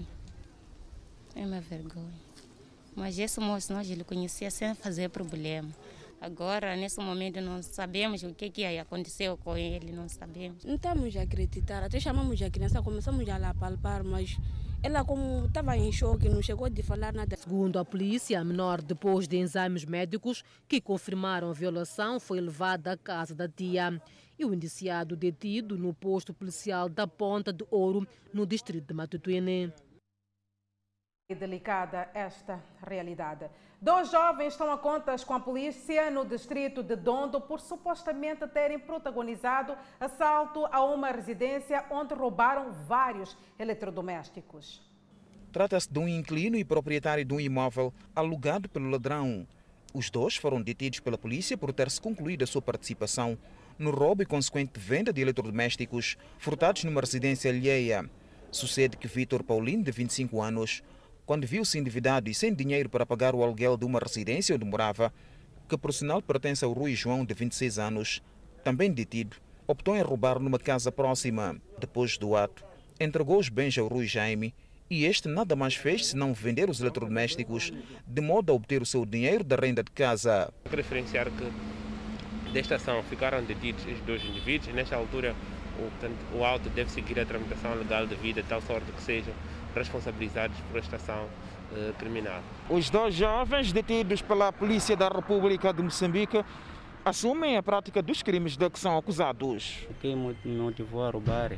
É uma vergonha. Mas esse moço nós ele conhecia sem fazer problema. Agora, nesse momento, não sabemos o que, que aconteceu com ele, não sabemos. Não estamos a acreditar, até chamamos a criança, começamos a lá palpar, mas Ela, como estava em choque, não chegou de falar nada. Segundo a polícia, a menor, depois de exames médicos que confirmaram a violação, foi levada à casa da tia. E o indiciado detido no posto policial da Ponta de Ouro, no distrito de Matutuene. E delicada esta realidade. Dois jovens estão a contas com a polícia no distrito de Dondo por supostamente terem protagonizado assalto a uma residência onde roubaram vários eletrodomésticos. Trata-se de um inquilino e proprietário de um imóvel alugado pelo ladrão. Os dois foram detidos pela polícia por ter-se concluído a sua participação no roubo e consequente venda de eletrodomésticos furtados numa residência alheia. Sucede que Vítor Paulino, de vinte e cinco anos, quando viu-se endividado e sem dinheiro para pagar o aluguel de uma residência onde morava, que por sinal pertence ao Rui João, de vinte e seis anos, também detido, optou em roubar numa casa próxima. Depois do ato, entregou os bens ao Rui Jaime e este nada mais fez senão vender os eletrodomésticos, de modo a obter o seu dinheiro da renda de casa. Referenciar que desta ação ficaram detidos os dois indivíduos. Nesta altura, o, portanto, o auto deve seguir a tramitação legal devida, de tal sorte que sejam responsabilizados por esta ação eh, criminal. Os dois jovens detidos pela Polícia da República de Moçambique assumem a prática dos crimes de que são acusados. O que me motivou a roubar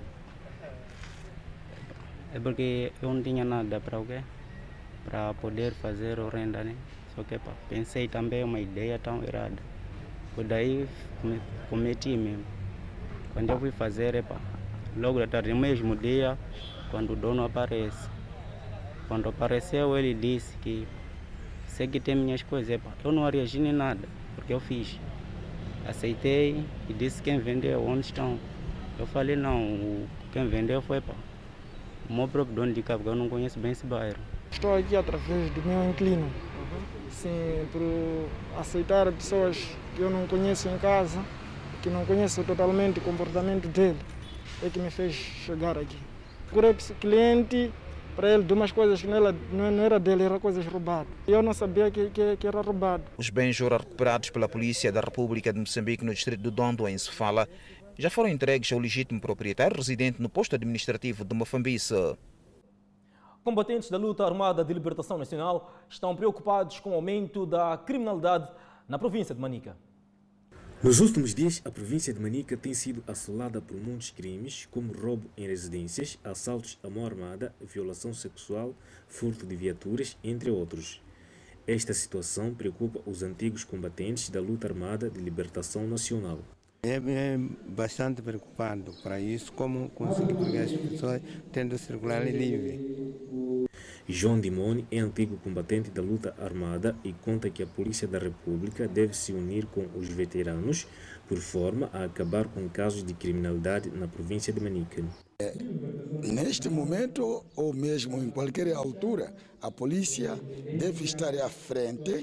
é porque eu não tinha nada para o quê? Para poder fazer o renda, né? Só que pá, pensei também uma ideia tão errada. Por daí cometi mesmo. Quando eu fui fazer, epa, logo da tarde, no mesmo dia, quando o dono aparece. Quando apareceu, ele disse que sei que tem minhas coisas. Epa, eu não reagi nem nada, porque eu fiz. Aceitei e disse quem vendeu, onde estão. Eu falei, não, quem vendeu foi epa, o meu próprio dono de casa, porque eu não conheço bem esse bairro. Estou aqui através do meu inquilino. Uhum. Sim, por aceitar pessoas que eu não conheço em casa, que não conheço totalmente o comportamento dele, é que me fez chegar aqui. Procurei cliente para ele de umas coisas que não era, não era dele, eram coisas roubadas. Eu não sabia que, que, que era roubado. Os bens já recuperados pela Polícia da República de Moçambique no distrito de Dondo, em Sofala, já foram entregues ao legítimo proprietário residente no posto administrativo de Mafambice. Combatentes da luta armada de libertação nacional estão preocupados com o aumento da criminalidade na província de Manica. Nos últimos dias, a província de Manica tem sido assolada por muitos crimes, como roubo em residências, assaltos à mão armada, violação sexual, furto de viaturas, entre outros. Esta situação preocupa os antigos combatentes da luta armada de libertação nacional. É, é bastante preocupado para isso, como conseguir pegar as pessoas tendo circular livre. João Dimone é antigo combatente da luta armada e conta que a Polícia da República deve se unir com os veteranos por forma a acabar com casos de criminalidade na província de Manica. É, neste momento, ou mesmo em qualquer altura, a polícia deve estar à frente,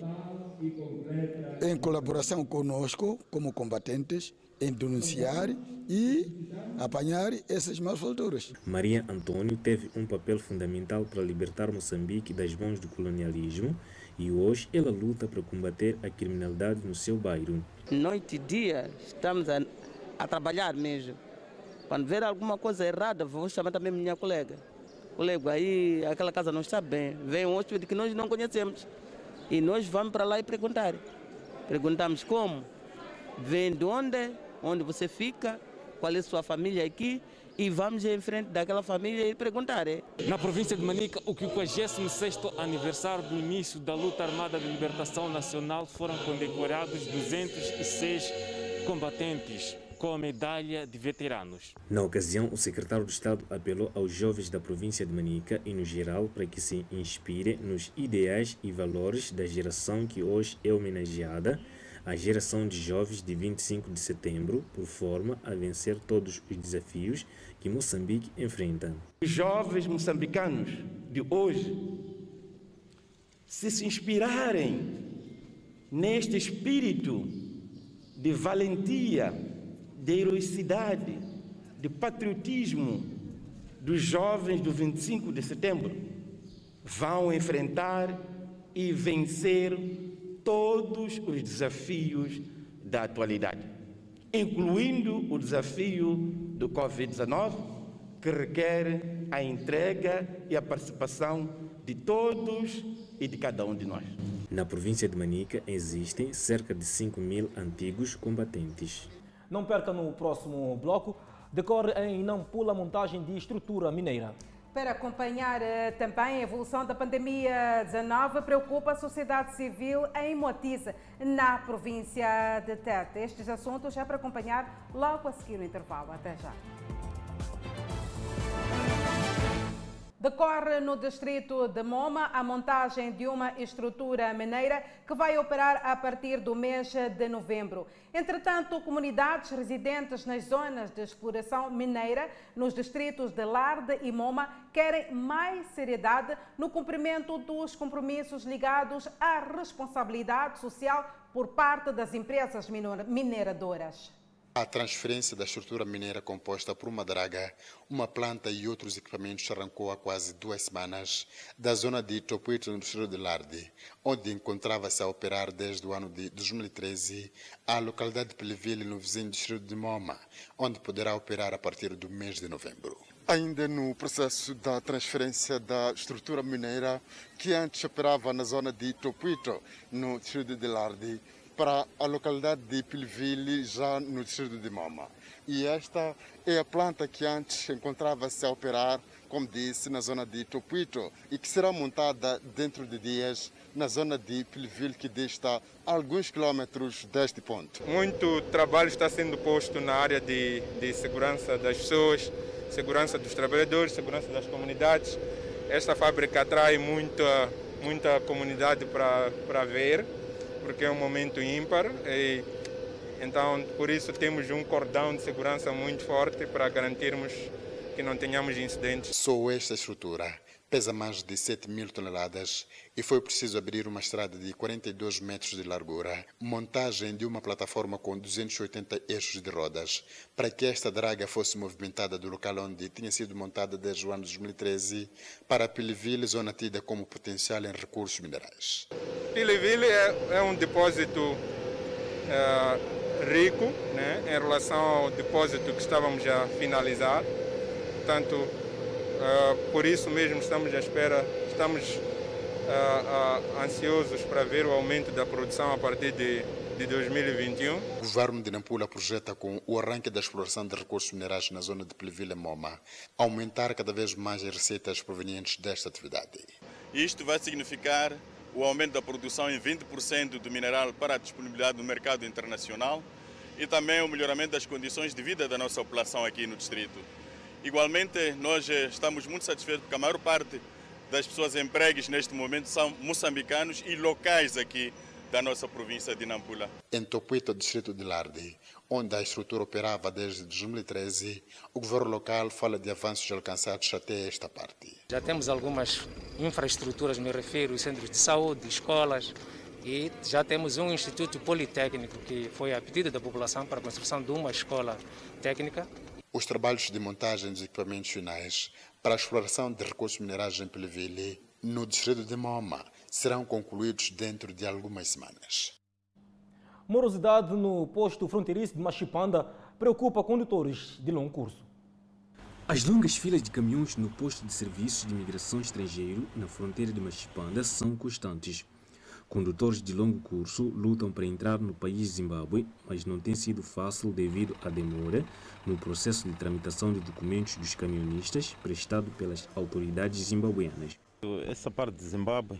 em colaboração conosco, como combatentes, em denunciar e apanhar essas malfeitoras. Maria Antônio teve um papel fundamental para libertar Moçambique das mãos do colonialismo e hoje ela luta para combater a criminalidade no seu bairro. Noite e dia estamos a, a trabalhar mesmo. Quando ver alguma coisa errada, vou chamar também minha colega. Colega, aí aquela casa não está bem. Vem um hóspede que nós não conhecemos. E nós vamos para lá e perguntar. Perguntamos como, vem de onde, onde você fica, qual é a sua família aqui, e vamos em frente daquela família e perguntar. É? Na província de Manica, o quinquagésimo sexto aniversário do início da luta armada de libertação nacional foram condecorados duzentos e seis combatentes com a medalha de veteranos. Na ocasião, o secretário de Estado apelou aos jovens da província de Manica e no geral para que se inspirem nos ideais e valores da geração que hoje é homenageada, a geração de jovens de vinte e cinco de setembro, por forma a vencer todos os desafios que Moçambique enfrenta. Os jovens moçambicanos de hoje, se se inspirarem neste espírito de valentia, de heroicidade, de patriotismo dos jovens do vinte e cinco de setembro, vão enfrentar e vencer todos os desafios da atualidade, incluindo o desafio do Covid dezenove, que requer a entrega e a participação de todos e de cada um de nós. Na província de Manica existem cerca de cinco mil antigos combatentes. Não perca no próximo bloco. Decorre em Nampula a montagem de estrutura mineira. Para acompanhar uh, também a evolução da pandemia dezenove, preocupa a sociedade civil em Moatize, na província de Tete. Estes assuntos é para acompanhar logo a seguir o intervalo. Até já. Decorre no distrito de Moma a montagem de uma estrutura mineira que vai operar a partir do mês de novembro. Entretanto, comunidades residentes nas zonas de exploração mineira, nos distritos de Larde e Moma, querem mais seriedade no cumprimento dos compromissos ligados à responsabilidade social por parte das empresas mineradoras. A transferência da estrutura mineira composta por uma draga, uma planta e outros equipamentos arrancou há quase duas semanas da zona de Topuito, no distrito de Larde, onde encontrava-se a operar desde o ano de dois mil e treze a localidade de Peleville, no vizinho distrito de Moma, onde poderá operar a partir do mês de novembro. Ainda no processo da transferência da estrutura mineira, que antes operava na zona de Topuito, no distrito de Larde, para a localidade de Peleville, já no distrito de Moma. E esta é a planta que antes encontrava-se a operar, como disse, na zona de Topuito e que será montada dentro de dias na zona de Peleville, que dista alguns quilómetros deste ponto. Muito trabalho está sendo posto na área de, de segurança das pessoas, segurança dos trabalhadores, segurança das comunidades. Esta fábrica atrai muita, muita comunidade para, para ver, porque é um momento ímpar e então por isso temos um cordão de segurança muito forte para garantirmos que não tenhamos incidentes. Só esta estrutura pesa mais de sete mil toneladas e foi preciso abrir uma estrada de quarenta e dois metros de largura, montagem de uma plataforma com duzentos e oitenta eixos de rodas, para que esta draga fosse movimentada do local onde tinha sido montada desde o ano de dois mil e treze para Peleville, zona tida como potencial em recursos minerais. Peleville é, é um depósito é, rico, né, em relação ao depósito que estávamos a finalizar. Portanto, uh, por isso mesmo estamos à espera, estamos uh, uh, ansiosos para ver o aumento da produção a partir de, de dois mil e vinte e um. O governo de Nampula projeta, com o arranque da exploração de recursos minerais na zona de Peleville e Moma, aumentar cada vez mais as receitas provenientes desta atividade. Isto vai significar o aumento da produção em vinte por cento do mineral para a disponibilidade no mercado internacional e também o melhoramento das condições de vida da nossa população aqui no distrito. Igualmente, nós estamos muito satisfeitos porque a maior parte das pessoas empregues neste momento são moçambicanos e locais aqui da nossa província de Nampula. Em Topuito, distrito de Larde, onde a estrutura operava desde dois mil e treze, o governo local fala de avanços alcançados até esta parte. Já temos algumas infraestruturas, me refiro, centros de saúde, escolas, e já temos um instituto politécnico que foi a pedido da população para a construção de uma escola técnica. Os trabalhos de montagem dos equipamentos finais para a exploração de recursos minerais em Peleville, no distrito de Moma, serão concluídos dentro de algumas semanas. Morosidade no posto fronteiriço de Machipanda preocupa condutores de longo curso. As longas filas de caminhões no posto de serviços de imigração estrangeiro na fronteira de Machipanda são constantes. Condutores de longo curso lutam para entrar no país Zimbábue, mas não tem sido fácil devido à demora no processo de tramitação de documentos dos caminhonistas prestado pelas autoridades zimbabueanas. Essa parte de Zimbábue,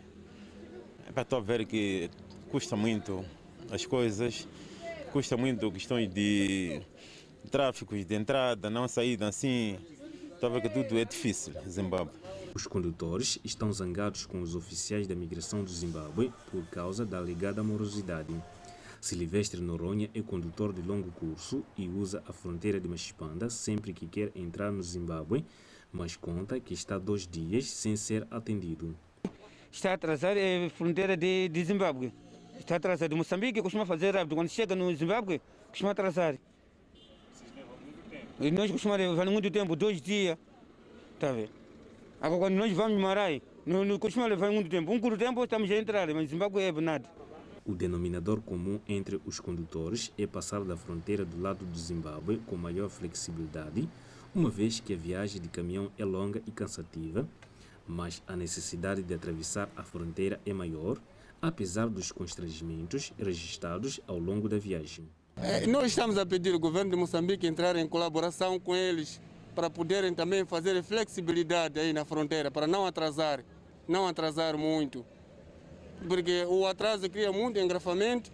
é para tu ver que custa muito as coisas, custa muito questões de tráficos de entrada, não saída, assim, tu ver que tudo é difícil em Zimbábue. Os condutores estão zangados com os oficiais da migração do Zimbábue por causa da alegada morosidade. Silvestre Noronha é condutor de longo curso e usa a fronteira de Machipanda sempre que quer entrar no Zimbábue, mas conta que está dois dias sem ser atendido. Está atrasado é a fronteira de, de Zimbábue. Está atrasado. Moçambique costuma fazer rápido. Quando chega no Zimbábue, costuma atrasar. Vocês levam muito tempo? E nós costumamos levar muito tempo, dois dias. Está a ver? Agora, quando nós vamos em Marai, não, não costuma levar muito tempo. Um curto tempo estamos a entrar, mas Zimbábue é nada. O denominador comum entre os condutores é passar da fronteira do lado do Zimbábue com maior flexibilidade, uma vez que a viagem de caminhão é longa e cansativa, mas a necessidade de atravessar a fronteira é maior, apesar dos constrangimentos registrados ao longo da viagem. É, nós estamos a pedir ao governo de Moçambique entrar em colaboração com eles para poderem também fazer flexibilidade aí na fronteira, para não atrasar, não atrasar muito. Porque o atraso cria muito engarrafamento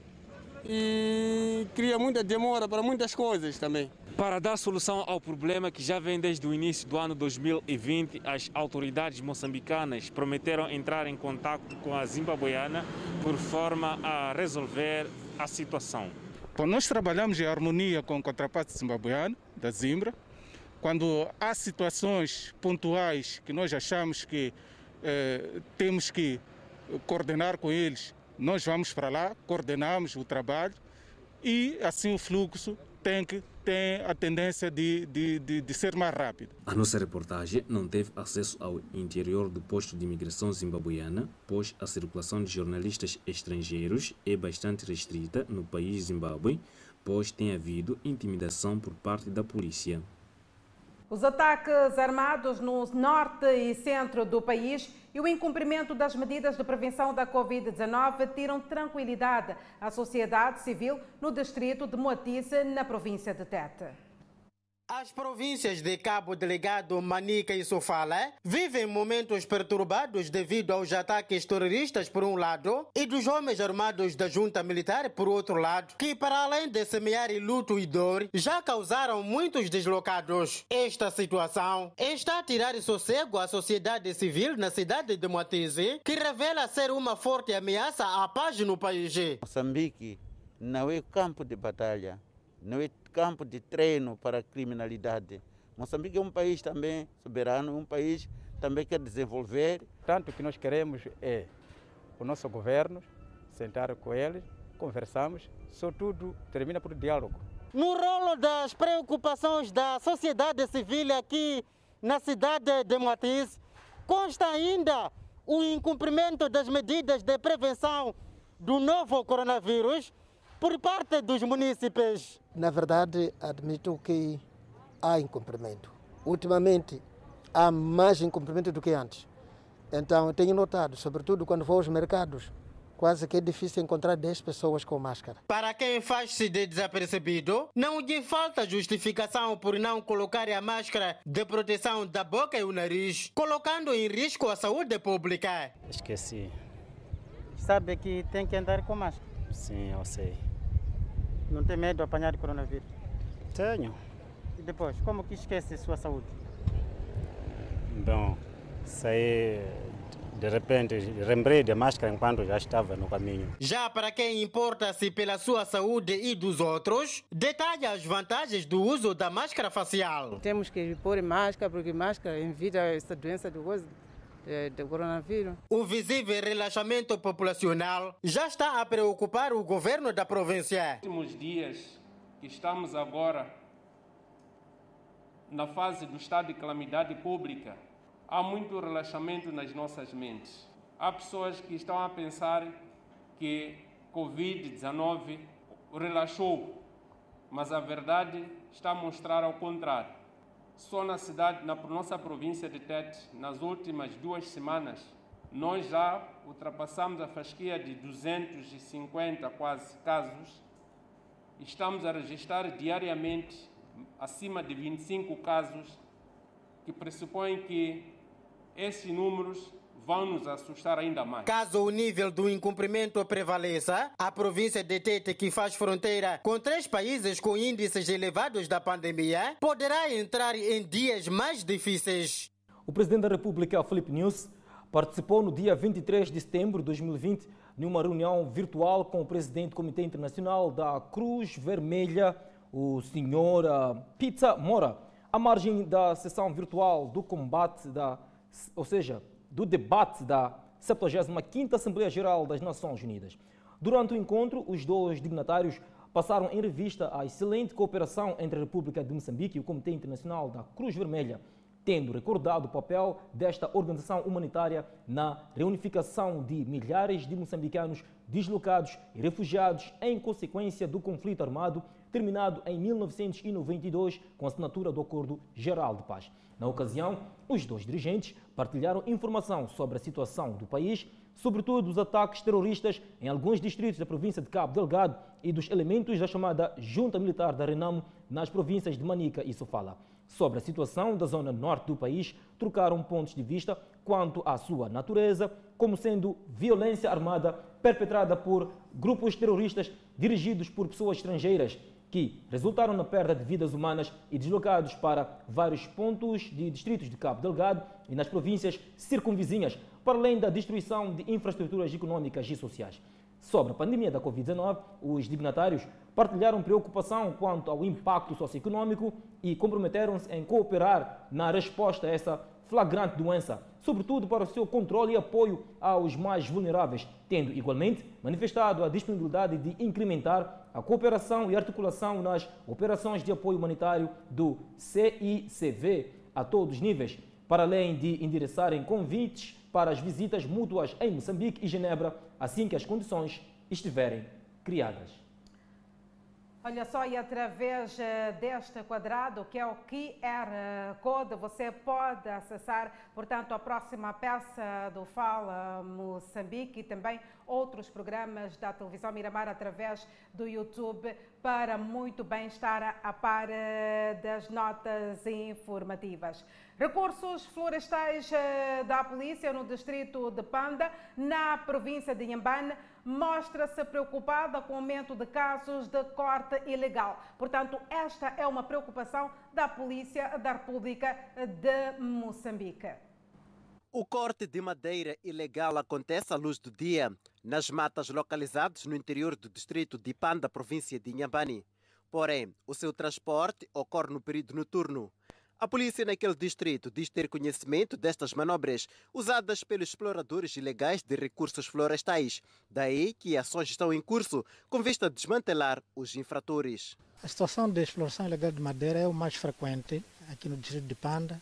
e cria muita demora para muitas coisas também. Para dar solução ao problema que já vem desde o início do ano dois mil e vinte, as autoridades moçambicanas prometeram entrar em contato com a zimbabueana por forma a resolver a situação. Bom, nós trabalhamos em harmonia com o contraparte zimbabueano, da Zimbra. Quando há situações pontuais que nós achamos que eh, temos que coordenar com eles, nós vamos para lá, coordenamos o trabalho e assim o fluxo tem, que, tem a tendência de, de, de, de ser mais rápido. A nossa reportagem não teve acesso ao interior do posto de imigração zimbabueana, pois a circulação de jornalistas estrangeiros é bastante restrita no país Zimbábue, pois tem havido intimidação por parte da polícia. Os ataques armados no norte e centro do país e o incumprimento das medidas de prevenção da Covid dezenove tiram tranquilidade à sociedade civil no distrito de Moatize, na província de Tete. As províncias de Cabo Delgado, Manica e Sofala vivem momentos perturbados devido aos ataques terroristas por um lado e dos homens armados da junta militar por outro lado, que para além de semear luto e dor, já causaram muitos deslocados. Esta situação está a tirar sossego à sociedade civil na cidade de Moatize, que revela ser uma forte ameaça à paz no país. Moçambique não é campo de batalha, não é campo de treino para a criminalidade. Moçambique é um país também soberano, um país também quer desenvolver. Tanto o que nós queremos é o nosso governo sentar com eles, conversamos, sobretudo termina por diálogo. No rolo das preocupações da sociedade civil aqui na cidade de Moatize, consta ainda o incumprimento das medidas de prevenção do novo coronavírus por parte dos munícipes. Na verdade, admito que há incumprimento. Ultimamente, há mais incumprimento do que antes. Então, eu tenho notado, sobretudo quando vou aos mercados, quase que é difícil encontrar dez pessoas com máscara. Para quem faz-se de desapercebido, não lhe falta justificação por não colocar a máscara de proteção da boca e o nariz, colocando em risco a saúde pública. Esqueci. Sabe que tem que andar com máscara? Sim, eu sei. Não tem medo de apanhar coronavírus? Tenho. E depois, como que esquece sua saúde? Bom, saí, de repente, lembrei da máscara enquanto já estava no caminho. Já para quem importa-se pela sua saúde e dos outros, detalha as vantagens do uso da máscara facial. Temos que pôr máscara, porque máscara evita essa doença do gozo. Do coronavírus. O visível relaxamento populacional já está a preocupar o governo da província. Nos últimos dias que estamos agora na fase do estado de calamidade pública, há muito relaxamento nas nossas mentes. Há pessoas que estão a pensar que Covid dezenove relaxou, mas a verdade está a mostrar ao contrário. Só na cidade, na nossa província de Tete, nas últimas duas semanas, nós já ultrapassamos a fasquia de duzentos e cinquenta quase casos. Estamos a registrar diariamente acima de vinte e cinco casos, que pressupõem que esses números vão nos assustar ainda mais. Caso o nível do incumprimento prevaleça, a província de Tete, que faz fronteira com três países com índices elevados da pandemia, poderá entrar em dias mais difíceis. O presidente da República, Filipe Nyusi, participou no dia vinte e três de setembro de dois mil e vinte numa reunião virtual com o presidente do Comitê Internacional da Cruz Vermelha, o senhor Pizza Mora, à margem da sessão virtual do combate da, ou seja, do debate da septuagésima quinta Assembleia Geral das Nações Unidas. Durante o encontro, os dois dignatários passaram em revista a excelente cooperação entre a República de Moçambique e o Comitê Internacional da Cruz Vermelha, tendo recordado o papel desta organização humanitária na reunificação de milhares de moçambicanos deslocados e refugiados em consequência do conflito armado terminado em mil novecentos e noventa e dois com a assinatura do Acordo Geral de Paz. Na ocasião, os dois dirigentes partilharam informação sobre a situação do país, sobretudo dos ataques terroristas em alguns distritos da província de Cabo Delgado e dos elementos da chamada Junta Militar da Renamo nas províncias de Manica e Sofala. Sobre a situação da zona norte do país, trocaram pontos de vista quanto à sua natureza, como sendo violência armada perpetrada por grupos terroristas dirigidos por pessoas estrangeiras, que resultaram na perda de vidas humanas e deslocados para vários pontos de distritos de Cabo Delgado e nas províncias circunvizinhas, para além da destruição de infraestruturas econômicas e sociais. Sobre a pandemia da Covid dezenove, os dignatários partilharam preocupação quanto ao impacto socioeconômico e comprometeram-se em cooperar na resposta a essa flagrante doença, sobretudo para o seu controle e apoio aos mais vulneráveis, tendo igualmente manifestado a disponibilidade de incrementar a cooperação e articulação nas operações de apoio humanitário do C I C V a todos os níveis, para além de endereçarem convites para as visitas mútuas em Moçambique e Genebra, assim que as condições estiverem criadas. Olha só, e através deste quadrado, que é o Q R Code, você pode acessar, portanto, a próxima peça do Fala Moçambique e também outros programas da televisão Miramar através do YouTube, para muito bem estar a par das notas informativas. Recursos florestais da polícia no distrito de Panda, na província de Inhambane, mostra-se preocupada com o aumento de casos de corte ilegal. Portanto, esta é uma preocupação da Polícia da República de Moçambique. O corte de madeira ilegal acontece à luz do dia nas matas localizadas no interior do distrito de Panda, província de Inhambane. Porém, o seu transporte ocorre no período noturno. A polícia naquele distrito diz ter conhecimento destas manobras usadas pelos exploradores ilegais de recursos florestais. Daí que ações estão em curso com vista a desmantelar os infratores. A situação de exploração ilegal de madeira é o mais frequente aqui no distrito de Panda,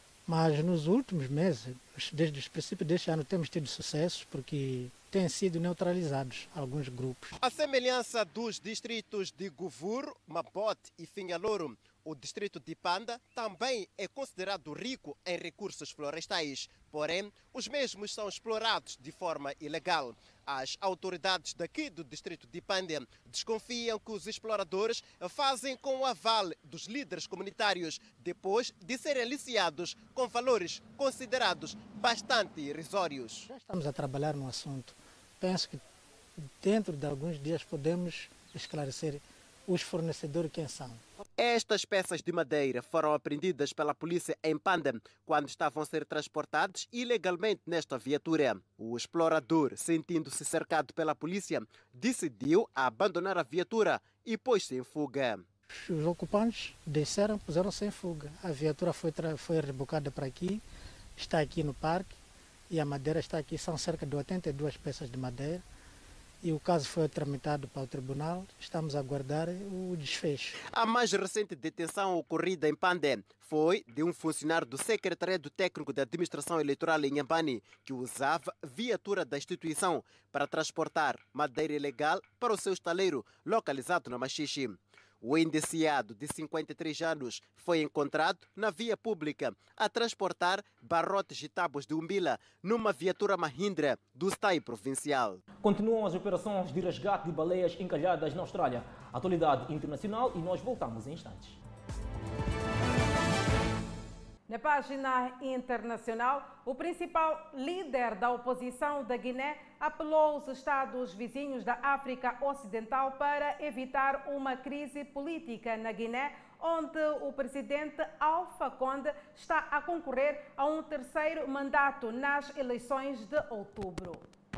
mas nos últimos meses, desde os princípios deste ano, temos tido sucessos porque têm sido neutralizados alguns grupos. A semelhança dos distritos de Govur, Mabote e Finhalouro, o distrito de Panda também é considerado rico em recursos florestais, porém, os mesmos são explorados de forma ilegal. As autoridades daqui do distrito de Panda desconfiam que os exploradores fazem com o aval dos líderes comunitários, depois de serem aliciados com valores considerados bastante irrisórios. Já estamos a trabalhar no assunto. Penso que dentro de alguns dias podemos esclarecer os fornecedores quem são. Estas peças de madeira foram apreendidas pela polícia em Panda quando estavam a ser transportados ilegalmente nesta viatura. O explorador, sentindo-se cercado pela polícia, decidiu abandonar a viatura e pôs-se em fuga. Os ocupantes desceram, puseram-se em fuga. A viatura foi, foi rebocada para aqui, está aqui no parque e a madeira está aqui. São cerca de oitenta e duas peças de madeira. E o caso foi tramitado para o tribunal, estamos a aguardar o desfecho. A mais recente detenção ocorrida em Pandé foi de um funcionário do Secretariado Técnico da Administração Eleitoral em Inhambane, que usava viatura da instituição para transportar madeira ilegal para o seu estaleiro, localizado na Machixe. O indiciado, de cinquenta e três anos, foi encontrado na via pública a transportar barrotes e tábuas de umbila numa viatura Mahindra do S T A I provincial. Continuam as operações de resgate de baleias encalhadas na Austrália. Atualidade internacional e nós voltamos em instantes. Na página internacional, o principal líder da oposição da Guiné apelou aos Estados vizinhos da África Ocidental para evitar uma crise política na Guiné, onde o presidente Alpha Conde está a concorrer a um terceiro mandato nas eleições de outubro.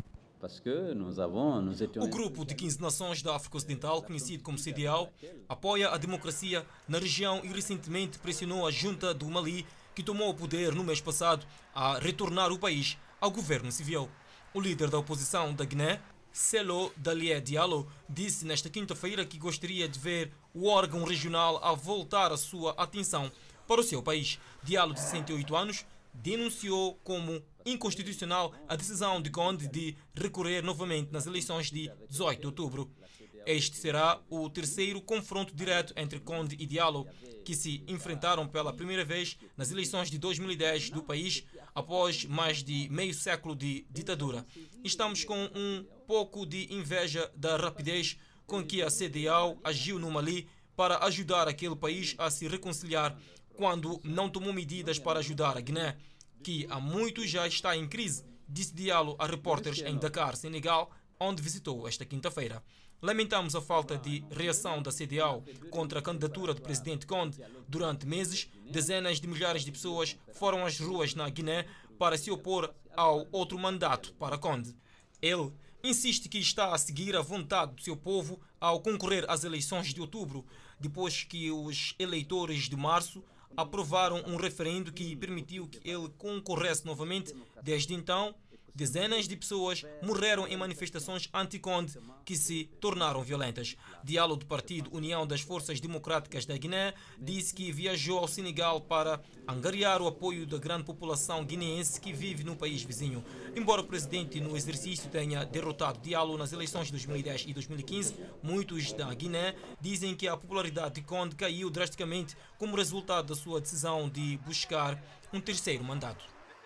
O grupo de quinze nações da África Ocidental, conhecido como C D A O, apoia a democracia na região e recentemente pressionou a junta do Mali, que tomou o poder no mês passado, a retornar o país ao governo civil. O líder da oposição da Guiné, Celo Dalie Diallo, disse nesta quinta-feira que gostaria de ver o órgão regional a voltar a sua atenção para o seu país. Diallo, de sessenta e oito anos, denunciou como inconstitucional a decisão de Conde de recorrer novamente nas eleições de dezoito de outubro. Este será o terceiro confronto direto entre Conde e Diallo, que se enfrentaram pela primeira vez nas eleições de dois mil e dez do país, após mais de meio século de ditadura. Estamos com um pouco de inveja da rapidez com que a C D A O agiu no Mali para ajudar aquele país a se reconciliar, quando não tomou medidas para ajudar a Guiné, que há muito já está em crise, disse Diallo a repórteres em Dakar, Senegal, onde visitou esta quinta-feira. Lamentamos a falta de reação da C D A O contra a candidatura do presidente Conde. Durante meses, dezenas de milhares de pessoas foram às ruas na Guiné para se opor ao outro mandato para Conde. Ele insiste que está a seguir a vontade do seu povo ao concorrer às eleições de outubro, depois que os eleitores de março aprovaram um referendo que permitiu que ele concorresse novamente. Desde então, dezenas de pessoas morreram em manifestações anti-Conde que se tornaram violentas. Diallo do partido União das Forças Democráticas da Guiné disse que viajou ao Senegal para angariar o apoio da grande população guineense que vive no país vizinho. Embora o presidente no exercício tenha derrotado Diallo nas eleições de dois mil e dez e dois mil e quinze, muitos da Guiné dizem que a popularidade de Conde caiu drasticamente como resultado da sua decisão de buscar um terceiro mandato.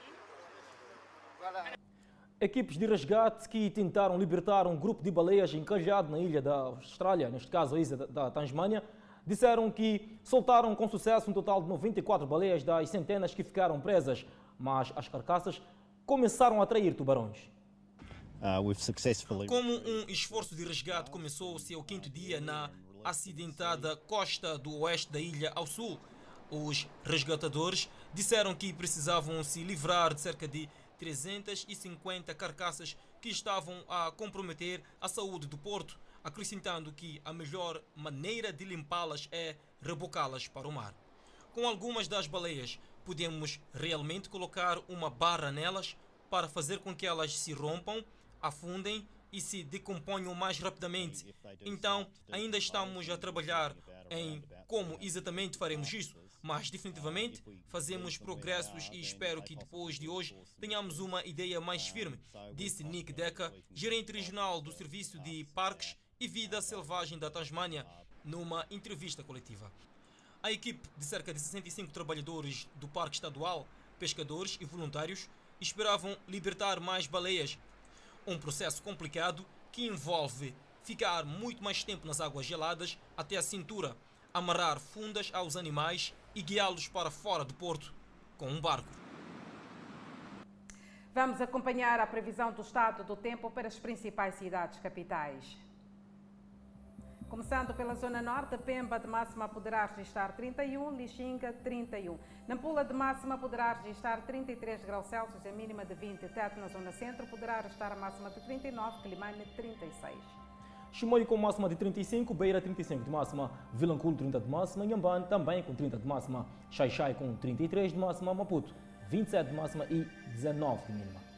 Equipes de resgate que tentaram libertar um grupo de baleias encalhado na ilha da Austrália, neste caso a ilha da Tasmânia, disseram que soltaram com sucesso um total de noventa e quatro baleias das centenas que ficaram presas, mas as carcaças começaram a atrair tubarões. Como um esforço de resgate começou seu quinto dia na acidentada costa do oeste da ilha ao sul, os resgatadores disseram que precisavam se livrar de cerca de trezentas e cinquenta carcaças que estavam a comprometer a saúde do porto, acrescentando que a melhor maneira de limpá-las é rebocá-las para o mar. Com algumas das baleias, podemos realmente colocar uma barra nelas para fazer com que elas se rompam, afundem e se decomponham mais rapidamente. Então, ainda estamos a trabalhar em como exatamente faremos isso, mas definitivamente fazemos progressos e espero que depois de hoje tenhamos uma ideia mais firme, disse Nick Decker, gerente regional do Serviço de Parques e Vida Selvagem da Tasmânia, numa entrevista coletiva. A equipe de cerca de sessenta e cinco trabalhadores do Parque Estadual, pescadores e voluntários esperavam libertar mais baleias, um processo complicado que envolve ficar muito mais tempo nas águas geladas até a cintura, amarrar fundas aos animais e guiá-los para fora do porto com um barco. Vamos acompanhar a previsão do estado do tempo para as principais cidades capitais. Começando pela zona norte, Pemba de máxima poderá registrar trinta e um, Lixinga trinta e um. Nampula de máxima poderá registrar trinta e três graus Celsius, a mínima de vinte e sete. Na zona centro poderá registrar a máxima de trinta e nove, Quilimane trinta e seis. Chimoio com máxima de trinta e cinco, Beira trinta e cinco de máxima, Vilanculo trinta de máxima, Inhambane também com trinta de máxima, Xai-Xai com trinta e três de máxima, Maputo vinte e sete de máxima e dezenove de mínima.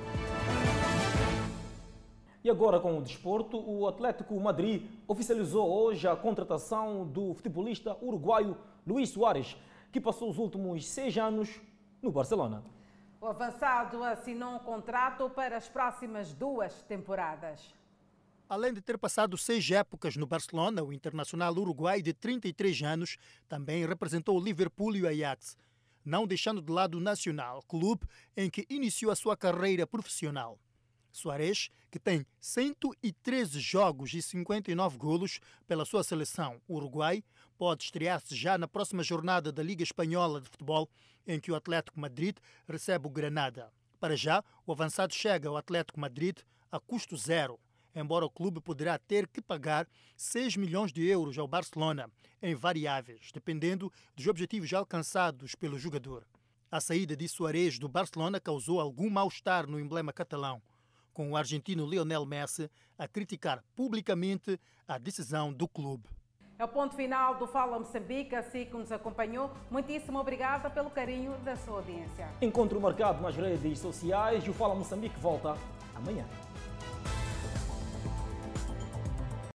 E agora com o desporto, o Atlético Madrid oficializou hoje a contratação do futebolista uruguaio Luís Soares, que passou os últimos seis anos no Barcelona. O avançado assinou um contrato para as próximas duas temporadas. Além de ter passado seis épocas no Barcelona, o internacional uruguaio de trinta e três anos também representou o Liverpool e o Ajax, não deixando de lado o Nacional, clube em que iniciou a sua carreira profissional. Soares, que tem cento e treze jogos e cinquenta e nove golos pela sua seleção uruguai, pode estrear-se já na próxima jornada da Liga Espanhola de Futebol, em que o Atlético Madrid recebe o Granada. Para já, o avançado chega ao Atlético Madrid a custo zero, embora o clube poderá ter que pagar seis milhões de euros ao Barcelona, em variáveis, dependendo dos objetivos alcançados pelo jogador. A saída de Soares do Barcelona causou algum mal-estar no emblema catalão, com o argentino Lionel Messi a criticar publicamente a decisão do clube. É o ponto final do Fala Moçambique, assim que nos acompanhou. Muitíssimo obrigada pelo carinho da sua audiência. Encontro marcado nas redes sociais e o Fala Moçambique volta amanhã.